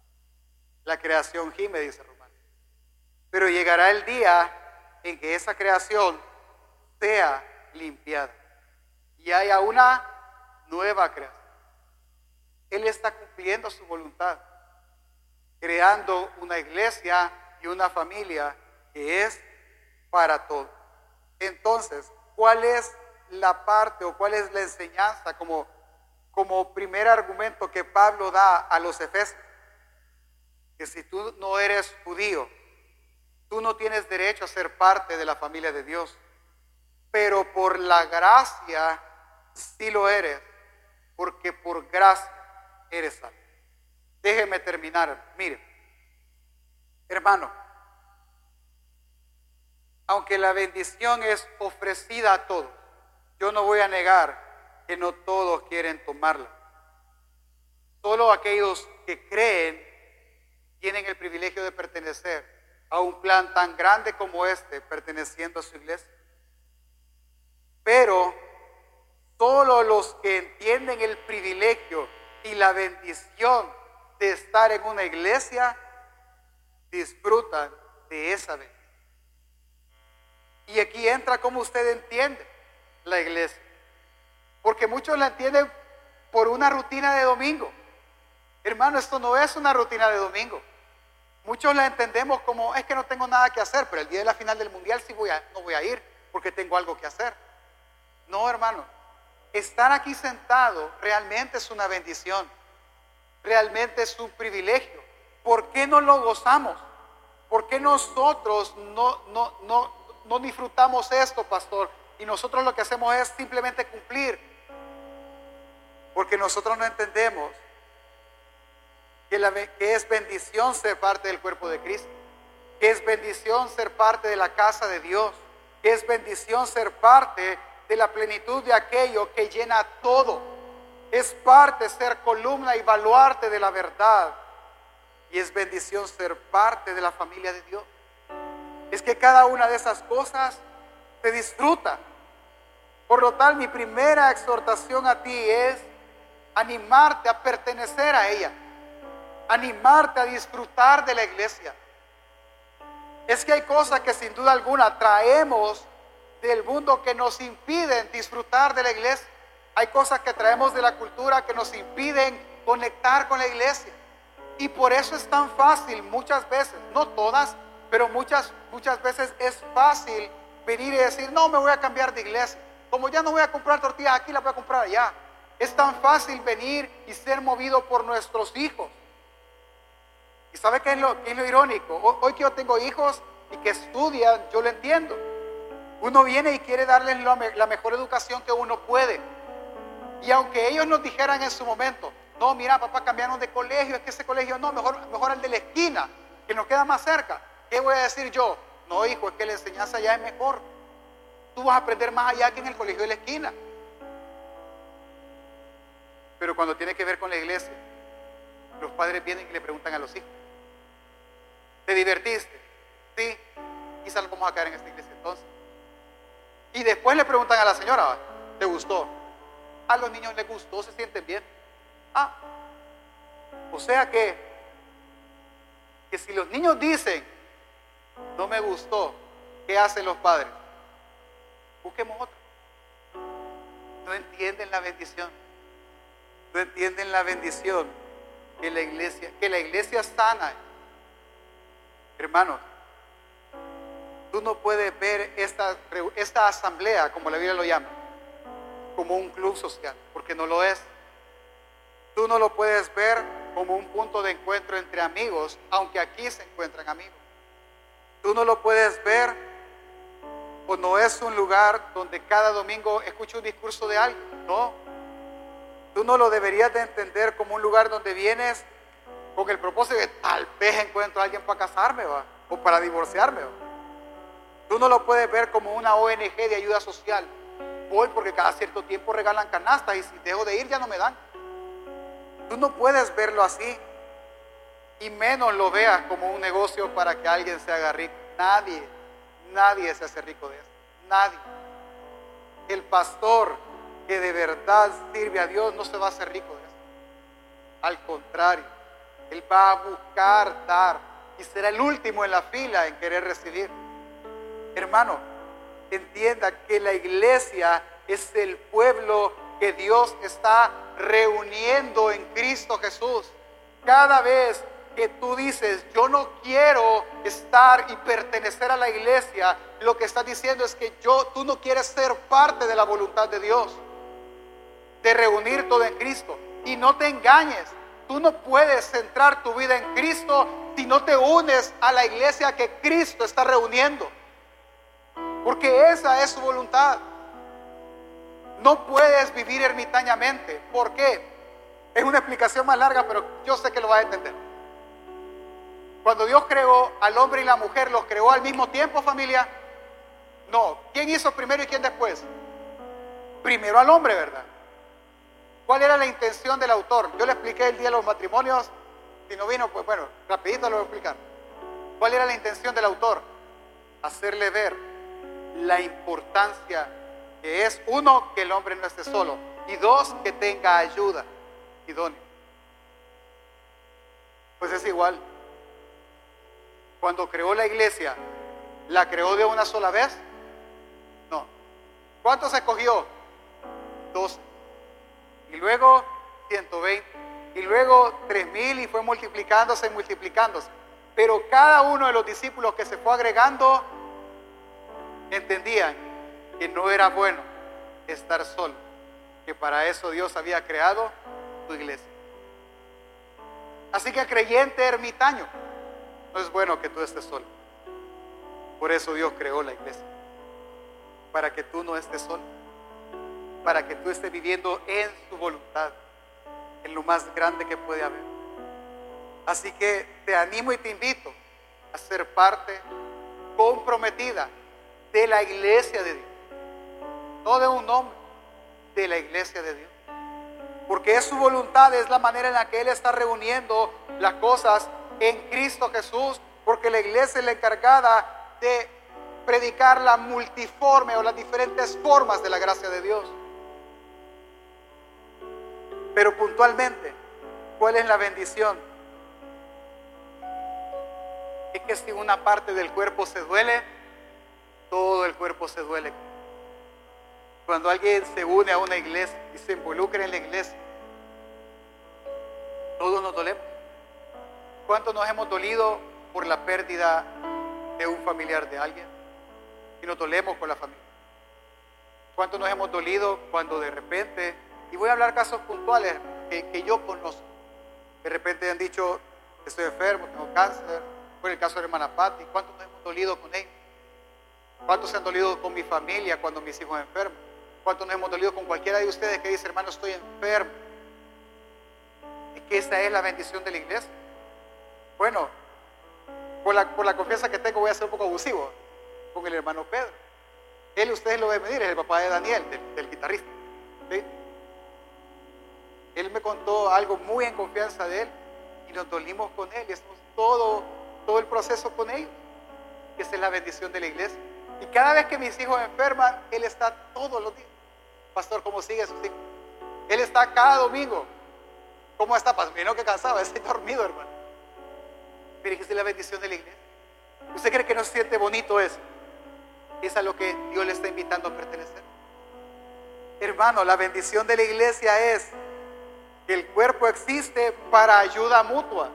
La creación gime, dice Romano. Pero llegará el día en que esa creación sea limpiada y haya una nueva creación. Él está cumpliendo su voluntad, creando una iglesia y una familia que es para todos. Entonces, ¿cuál es la parte o cuál es la enseñanza como, como primer argumento que Pablo da a los efesios? Que si tú no eres judío, tú no tienes derecho a ser parte de la familia de Dios, pero por la gracia sí lo eres, porque por gracia eres salvo. Déjeme terminar. Mire, hermano, aunque la bendición es ofrecida a todos, yo no voy a negar que no todos quieren tomarla. Solo aquellos que creen tienen el privilegio de pertenecer a un plan tan grande como este, perteneciendo a su iglesia. Pero solo los que entienden el privilegio y la bendición de estar en una iglesia disfrutan de esa bendición. Y aquí entra como usted entiende la iglesia, porque muchos la entienden por una rutina de domingo. Hermano, esto no es una rutina de domingo. Muchos la entendemos como, es que no tengo nada que hacer, pero el día de la final del mundial sí voy a, no voy a ir porque tengo algo que hacer. No, hermano, estar aquí sentado realmente es una bendición, realmente es un privilegio. ¿Por qué no lo gozamos? ¿Por qué nosotros no, no, no, no disfrutamos esto, pastor? Y nosotros lo que hacemos es simplemente cumplir. Porque nosotros no entendemos que, la, que es bendición ser parte del cuerpo de Cristo, que es bendición ser parte de la casa de Dios, que es bendición ser parte de la plenitud de aquello que llena todo. Es parte ser columna y baluarte de la verdad. Y es bendición ser parte de la familia de Dios. Es que cada una de esas cosas se disfruta. Por lo tal, mi primera exhortación a ti es animarte a pertenecer a ella, animarte a disfrutar de la iglesia. Es que hay cosas que sin duda alguna traemos del mundo que nos impiden disfrutar de la iglesia. Hay cosas que traemos de la cultura que nos impiden conectar con la iglesia. Y por eso es tan fácil muchas veces, no todas, pero muchas, muchas veces es fácil venir y decir, no, me voy a cambiar de iglesia. Como ya no voy a comprar tortillas aquí, las voy a comprar allá. Es tan fácil venir y ser movido por nuestros hijos. ¿Y sabe qué es lo, qué es lo irónico? Hoy que yo tengo hijos y que estudian, yo lo entiendo. Uno viene y quiere darles la, la mejor educación que uno puede. Y aunque ellos nos dijeran en su momento, no, mira, papá, cambiaron de colegio, es que ese colegio no, mejor, mejor el de la esquina, que nos queda más cerca. ¿Qué voy a decir yo? No, hijo, es que la enseñanza allá es mejor. Tú vas a aprender más allá que en el colegio de la esquina. Pero cuando tiene que ver con la iglesia, los padres vienen y le preguntan a los hijos, ¿te divertiste? Sí, quizás vamos a caer en esta iglesia entonces. Y después le preguntan a la señora, ¿te gustó? A los niños les gustó, se sienten bien. Ah, o sea que, que si los niños dicen, no me gustó, ¿qué hacen los padres? Busquemos otra. No entienden la bendición. No entienden la bendición que la iglesia, que la iglesia sana. Hermanos, tú no puedes ver esta, esta asamblea, como la Biblia lo llama, como un club social, porque no lo es. Tú no lo puedes ver como un punto de encuentro entre amigos, aunque aquí se encuentran amigos. Tú no lo puedes ver, o no es un lugar donde cada domingo escucho un discurso de alguien. No. Tú no lo deberías de entender como un lugar donde vienes con el propósito de tal vez encuentro a alguien para casarme, ¿va? O para divorciarme, ¿va? Tú no lo puedes ver como una O N G de ayuda social. Voy porque cada cierto tiempo regalan canastas y si dejo de ir ya no me dan. Tú no puedes verlo así, y menos lo veas como un negocio para que alguien se haga rico. Nadie, nadie se hace rico de eso. Nadie. El pastor que de verdad sirve a Dios no se va a hacer rico de eso. Al contrario, él va a buscar dar y será el último en la fila en querer recibir. Hermano, entienda que la iglesia es el pueblo que Dios está reuniendo en Cristo Jesús. Cada vez que tú dices, yo no quiero estar y pertenecer a la iglesia, lo que estás diciendo es que yo, tú no quieres ser parte de la voluntad de Dios, de reunir todo en Cristo. Y no te engañes, tú no puedes centrar tu vida en Cristo si no te unes a la iglesia que Cristo está reuniendo, porque esa es su voluntad. No puedes vivir ermitañamente. ¿Por qué? Es una explicación más larga, pero yo sé que lo vas a entender. Cuando Dios creó al hombre y la mujer, ¿los creó al mismo tiempo, familia? No. ¿Quién hizo primero y quién después? Primero al hombre, ¿verdad? ¿Cuál era la intención del autor? Yo le expliqué el día de los matrimonios. Si no vino, pues bueno, rapidito lo voy a explicar. ¿Cuál era la intención del autor? Hacerle ver la importancia que es, uno, que el hombre no esté solo, y dos, que tenga ayuda idónea. Pues es igual. Cuando creó la iglesia, ¿la creó de una sola vez? No. ¿Cuántos escogió? doce. Y luego ciento veinte. Y luego tres mil y fue multiplicándose y multiplicándose. Pero cada uno de los discípulos que se fue agregando entendían que no era bueno estar solo. que para eso Dios había creado tu iglesia. Así que creyente ermitaño, no es bueno que tú estés solo. Por eso Dios creó la iglesia, para que tú no estés solo, para que tú estés viviendo en su voluntad, en lo más grande que puede haber. Así que te animo y te invito a ser parte comprometida de la iglesia de Dios, no de un hombre, de la iglesia de Dios, porque es su voluntad, es la manera en la que Él está reuniendo las cosas en Cristo Jesús, porque la iglesia es la encargada de predicar la multiforme o las diferentes formas de la gracia de Dios. Pero puntualmente, ¿cuál es la bendición? Es que si una parte del cuerpo se duele, todo el cuerpo se duele. Cuando alguien se une a una iglesia y se involucra en la iglesia, todos nos dolemos. ¿Cuántos nos hemos dolido por la pérdida de un familiar de alguien? Y nos dolemos con la familia. ¿Cuántos nos hemos dolido cuando de repente, y voy a hablar casos puntuales que, que yo conozco, de repente han dicho, estoy enfermo, tengo cáncer? Por el caso de la hermana Patti, ¿cuántos nos hemos dolido con ella? ¿Cuántos se han dolido con mi familia cuando mis hijos enfermos? ¿Cuántos nos hemos dolido con cualquiera de ustedes que dice, hermano, estoy enfermo? Y que esa es la bendición de la iglesia. Bueno, por la, por la confianza que tengo voy a ser un poco abusivo con el hermano Pedro. Él, ustedes lo ven venir, es el papá de Daniel, del, del guitarrista, ¿sí? Él me contó algo muy en confianza de él y nos dolimos con él y estamos todo, todo el proceso con ellos. Esa es la bendición de la iglesia. Y cada vez que mis hijos enferman, él está todos los días. Pastor, ¿cómo sigue sus hijos? Él está cada domingo. ¿Cómo está? Pues vino que cansado, estoy dormido, hermano. Mire que esa es la bendición de la iglesia. ¿Usted cree que no se siente bonito eso? Es a lo que Dios le está invitando a pertenecer. Hermano, la bendición de la iglesia es que el cuerpo existe para ayuda mutua.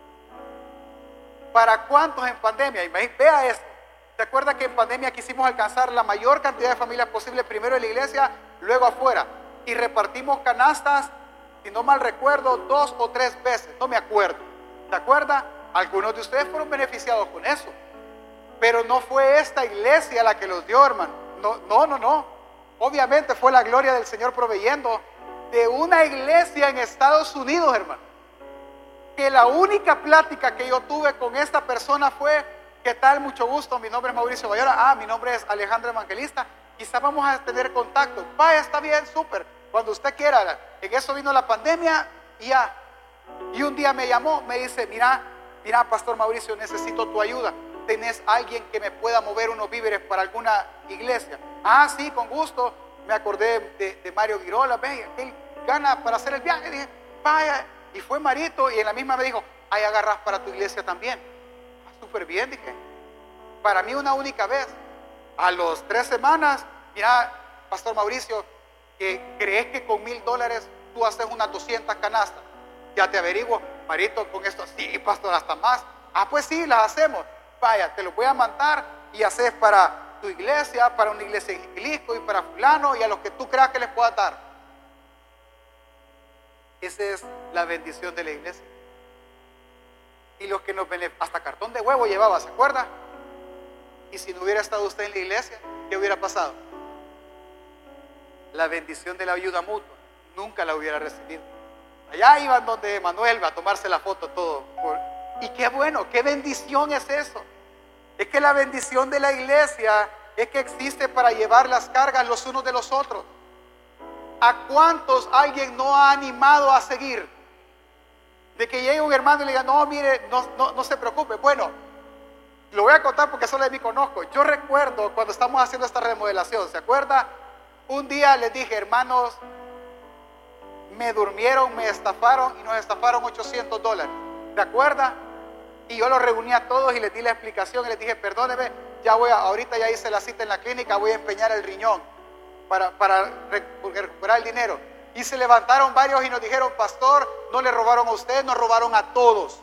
¿Para cuántos en pandemia? Imagínate, vea esto. ¿Se acuerda que en pandemia quisimos alcanzar la mayor cantidad de familias posible, primero en la iglesia, luego afuera? Y repartimos canastas, si no mal recuerdo, dos o tres veces, no me acuerdo. ¿Se acuerda? Algunos de ustedes fueron beneficiados con eso. Pero no fue esta iglesia la que los dio, hermano. No, no, no, no. Obviamente fue la gloria del Señor proveyendo de una iglesia en Estados Unidos, hermano. Que la única plática que yo tuve con esta persona fue: ¿qué tal? Mucho gusto, mi nombre es Mauricio Bayora. Ah, mi nombre es Alejandro Evangelista. Quizá vamos a tener contacto. Vaya, está bien, súper. Cuando usted quiera. En eso vino la pandemia y ya. Y un día me llamó, me dice: mira, mira, Pastor Mauricio, necesito tu ayuda. ¿Tenés alguien que me pueda mover unos víveres para alguna iglesia? Ah, sí, con gusto. Me acordé de, de Mario Girola. Ve, él gana para hacer el viaje. Dije, vaya. Y fue Marito y en la misma me dijo: ahí agarras para tu iglesia también. Ah, súper bien, dije. Para mí una única vez. A los tres semanas, mira, Pastor Mauricio, que crees que con mil dólares tú haces unas doscientas canastas. Ya te averiguo, Marito, con esto, sí, pastor, hasta más. Ah, pues sí, las hacemos. Vaya, te lo voy a mandar y haces para tu iglesia, para una iglesia en Jalisco y para fulano y a los que tú creas que les puedas dar. Esa es la bendición de la iglesia. Y los que nos benefician, hasta cartón de huevo llevaba, ¿se acuerda? Y si no hubiera estado usted en la iglesia, ¿qué hubiera pasado? La bendición de la ayuda mutua nunca la hubiera recibido. Allá iban donde Manuel va a tomarse la foto todo. Y qué bueno, qué bendición es eso. Es que la bendición de la iglesia es que existe para llevar las cargas los unos de los otros. ¿A cuántos alguien no ha animado a seguir? De que llegue un hermano y le diga: no, mire, no, no, no se preocupe. Bueno, lo voy a contar porque solo de mí conozco. Yo recuerdo cuando estamos haciendo esta remodelación, ¿se acuerda? Un día les dije: hermanos, me durmieron, me estafaron y nos estafaron ochocientos dólares. ¿Se acuerda? Y yo los reuní a todos y les di la explicación y les dije: perdóneme, ya voy a, ahorita ya hice la cita en la clínica, voy a empeñar el riñón para, para recuperar el dinero. Y se levantaron varios y nos dijeron: pastor, no le robaron a usted, nos robaron a todos.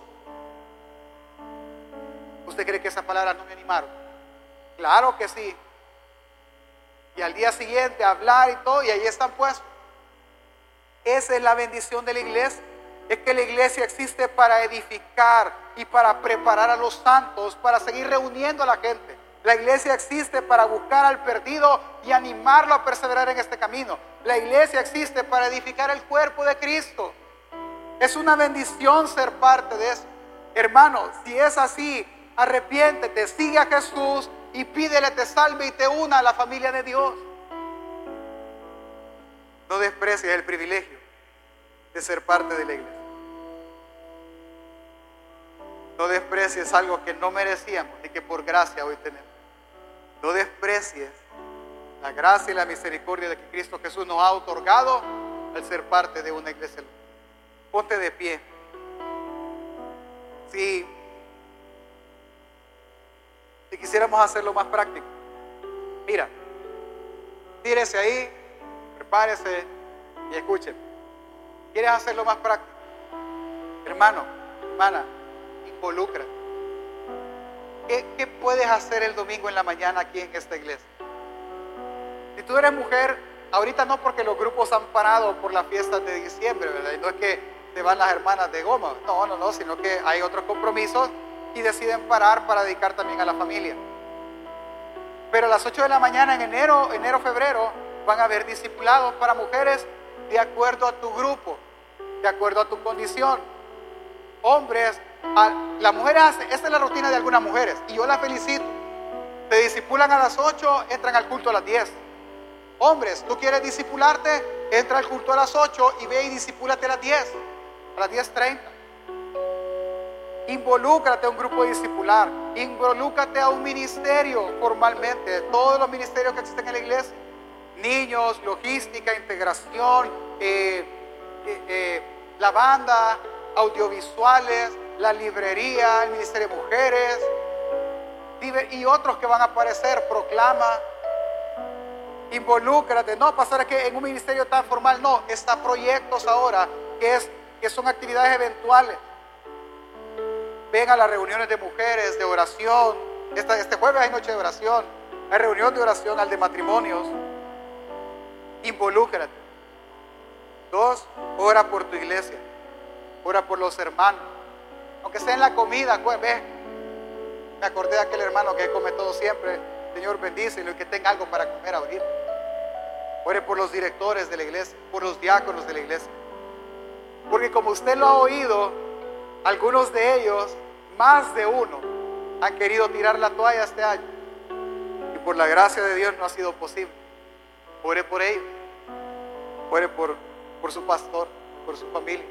¿Usted cree que esas palabras no me animaron? Claro que sí. Y al día siguiente hablar y todo, y ahí están pues. Esa es la bendición de la iglesia. Es que la iglesia existe para edificar y para preparar a los santos, para seguir reuniendo a la gente. La iglesia existe para buscar al perdido y animarlo a perseverar en este camino. La iglesia existe para edificar el cuerpo de Cristo. Es una bendición ser parte de eso. Hermano, si es así, arrepiéntete, sigue a Jesús y pídele te salve y te una a la familia de Dios. No desprecies el privilegio de ser parte de la iglesia. No desprecies algo que no merecíamos y que por gracia hoy tenemos. No desprecies la gracia y la misericordia de que Cristo Jesús nos ha otorgado al ser parte de una iglesia. Ponte de pie. Si, si quisiéramos hacerlo más práctico, mira, tírese ahí, prepárese y escuchen. ¿Quieres hacerlo más práctico? Hermano, hermana, involúcrate. ¿Qué, ¿Qué puedes hacer el domingo en la mañana aquí en esta iglesia? Si tú eres mujer, ahorita no, porque los grupos han parado por las fiestas de diciembre, ¿verdad? Y no es que se van las hermanas de goma, no, no, no, sino que hay otros compromisos y deciden parar para dedicar también a la familia. Pero a las ocho de la mañana en enero, enero, febrero, van a haber discipulados para mujeres de acuerdo a tu grupo, de acuerdo a tu condición. Hombres, a, las mujeres hacen, esta es la rutina de algunas mujeres y yo las felicito. Te discipulan a las ocho, entran al culto a las diez. Hombres, tú quieres discipularte, entra al culto a las ocho y ve y discipúlate a las diez, a las diez treinta. Involúcrate a un grupo discipular, involúcrate a un ministerio formalmente, de todos los ministerios que existen en la iglesia. Niños, logística, integración, eh, eh, eh, la banda, audiovisuales, la librería, el ministerio de mujeres y otros que van a aparecer. Proclama, involúcrate. No, pastor, es que en un ministerio tan formal no, está proyectos ahora que, es, que son actividades eventuales. Ven a las reuniones de mujeres, de oración. Esta, este jueves hay noche de oración, hay reunión de oración, al de matrimonios. Involúcrate. Dos, ora por tu iglesia, ora por los hermanos, aunque sea en la comida. Pues, ve, me acordé de aquel hermano que come todo siempre. Señor, bendícelo y que tenga algo para comer ahorita. Ore por los directores de la iglesia, por los diáconos de la iglesia, porque como usted lo ha oído, algunos de ellos, más de uno, han querido tirar la toalla este año y por la gracia de Dios no ha sido posible. Ore por ellos, ore por, por su pastor, por su familia.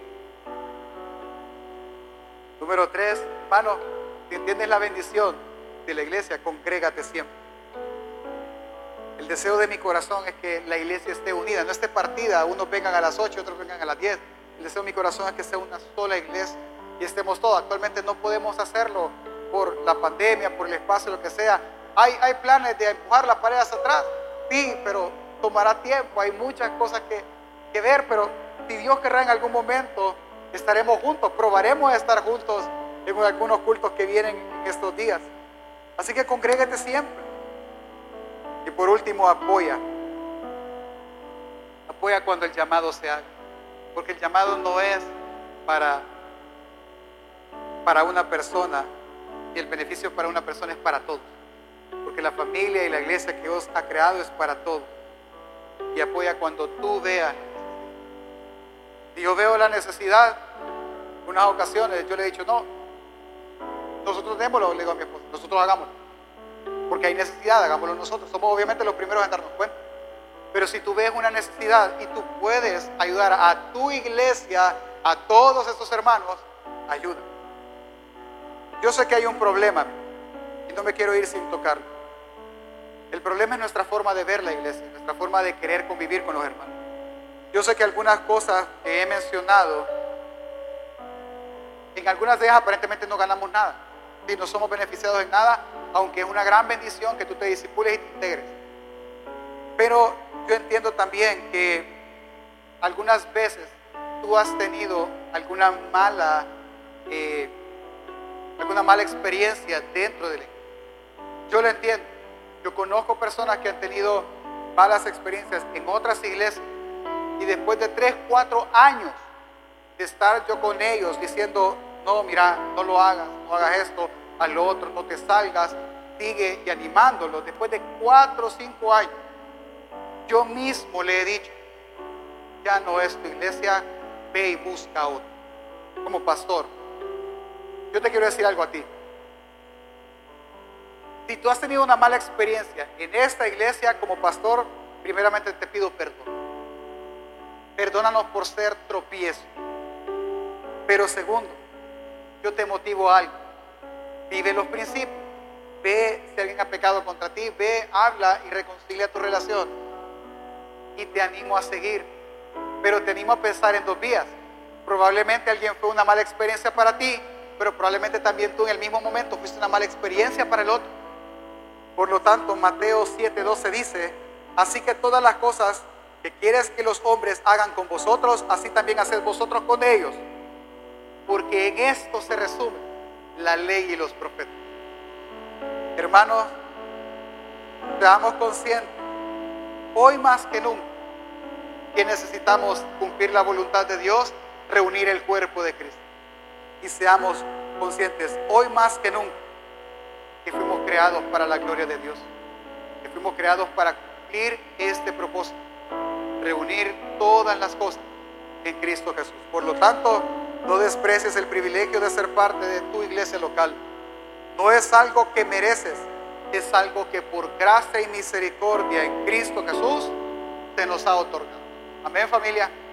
Número tres, hermano, si entiendes la bendición de la iglesia, congrégate siempre. El deseo de mi corazón es que la iglesia esté unida, no esté partida, unos vengan a las ocho, otros vengan a las diez. El deseo de mi corazón es que sea una sola iglesia y estemos todos. Actualmente no podemos hacerlo por la pandemia, por el espacio, lo que sea. Hay, hay planes de empujar las paredes atrás, sí, pero tomará tiempo, hay muchas cosas que, que ver, pero si Dios querrá, en algún momento estaremos juntos, probaremos estar juntos en algunos cultos que vienen en estos días. Así que congrégate siempre. Y por último, apoya. Apoya cuando el llamado se haga, porque el llamado no es para, para una persona, y el beneficio para una persona es para todos, porque la familia y la iglesia que Dios ha creado es para todos. Y apoya cuando tú veas. Si yo veo la necesidad, en unas ocasiones yo le he dicho, no, nosotros démoslo, le digo a mi esposa, nosotros hagámoslo, porque hay necesidad, hagámoslo nosotros. Somos obviamente los primeros en darnos cuenta. Pero si tú ves una necesidad y tú puedes ayudar a tu iglesia, a todos estos hermanos, ayuda. Yo sé que hay un problema y no me quiero ir sin tocarlo. El problema es nuestra forma de ver la iglesia, nuestra forma de querer convivir con los hermanos. Yo sé que algunas cosas que he mencionado, en algunas de ellas aparentemente no ganamos nada, y no somos beneficiados en nada, aunque es una gran bendición que tú te discipules y te integres. Pero yo entiendo también que algunas veces tú has tenido alguna mala, eh, alguna mala experiencia dentro de la iglesia. Yo lo entiendo. Yo conozco personas que han tenido malas experiencias en otras iglesias Y después de tres, cuatro años de estar yo con ellos diciendo, no, mira, no lo hagas, no hagas esto, haz lo otro, no te salgas, sigue, y animándolos, después de cuatro o cinco años, yo mismo le he dicho, ya no es tu iglesia, ve y busca otra. Como pastor, yo te quiero decir algo a ti. Si tú has tenido una mala experiencia en esta iglesia como pastor, primeramente te pido perdón. Perdónanos por ser tropiezo. Pero segundo, yo te motivo a algo. Vive los principios. Ve si alguien ha pecado contra ti, ve, habla y reconcilia tu relación. Y te animo a seguir. Pero te animo a pensar en dos vías. Probablemente alguien fue una mala experiencia para ti, pero probablemente también tú en el mismo momento fuiste una mala experiencia para el otro. Por lo tanto, Mateo siete doce dice, así que todas las cosas que quieres que los hombres hagan con vosotros, así también haced vosotros con ellos. Porque en esto se resume la ley y los profetas. Hermanos, seamos conscientes, hoy más que nunca, que necesitamos cumplir la voluntad de Dios, reunir el cuerpo de Cristo. Y seamos conscientes, hoy más que nunca, que fuimos creados para la gloria de Dios, que fuimos creados para cumplir este propósito, reunir todas las cosas en Cristo Jesús. Por lo tanto, no desprecies el privilegio de ser parte de tu iglesia local. No es algo que mereces, es algo que por gracia y misericordia en Cristo Jesús se nos ha otorgado. Amén, familia.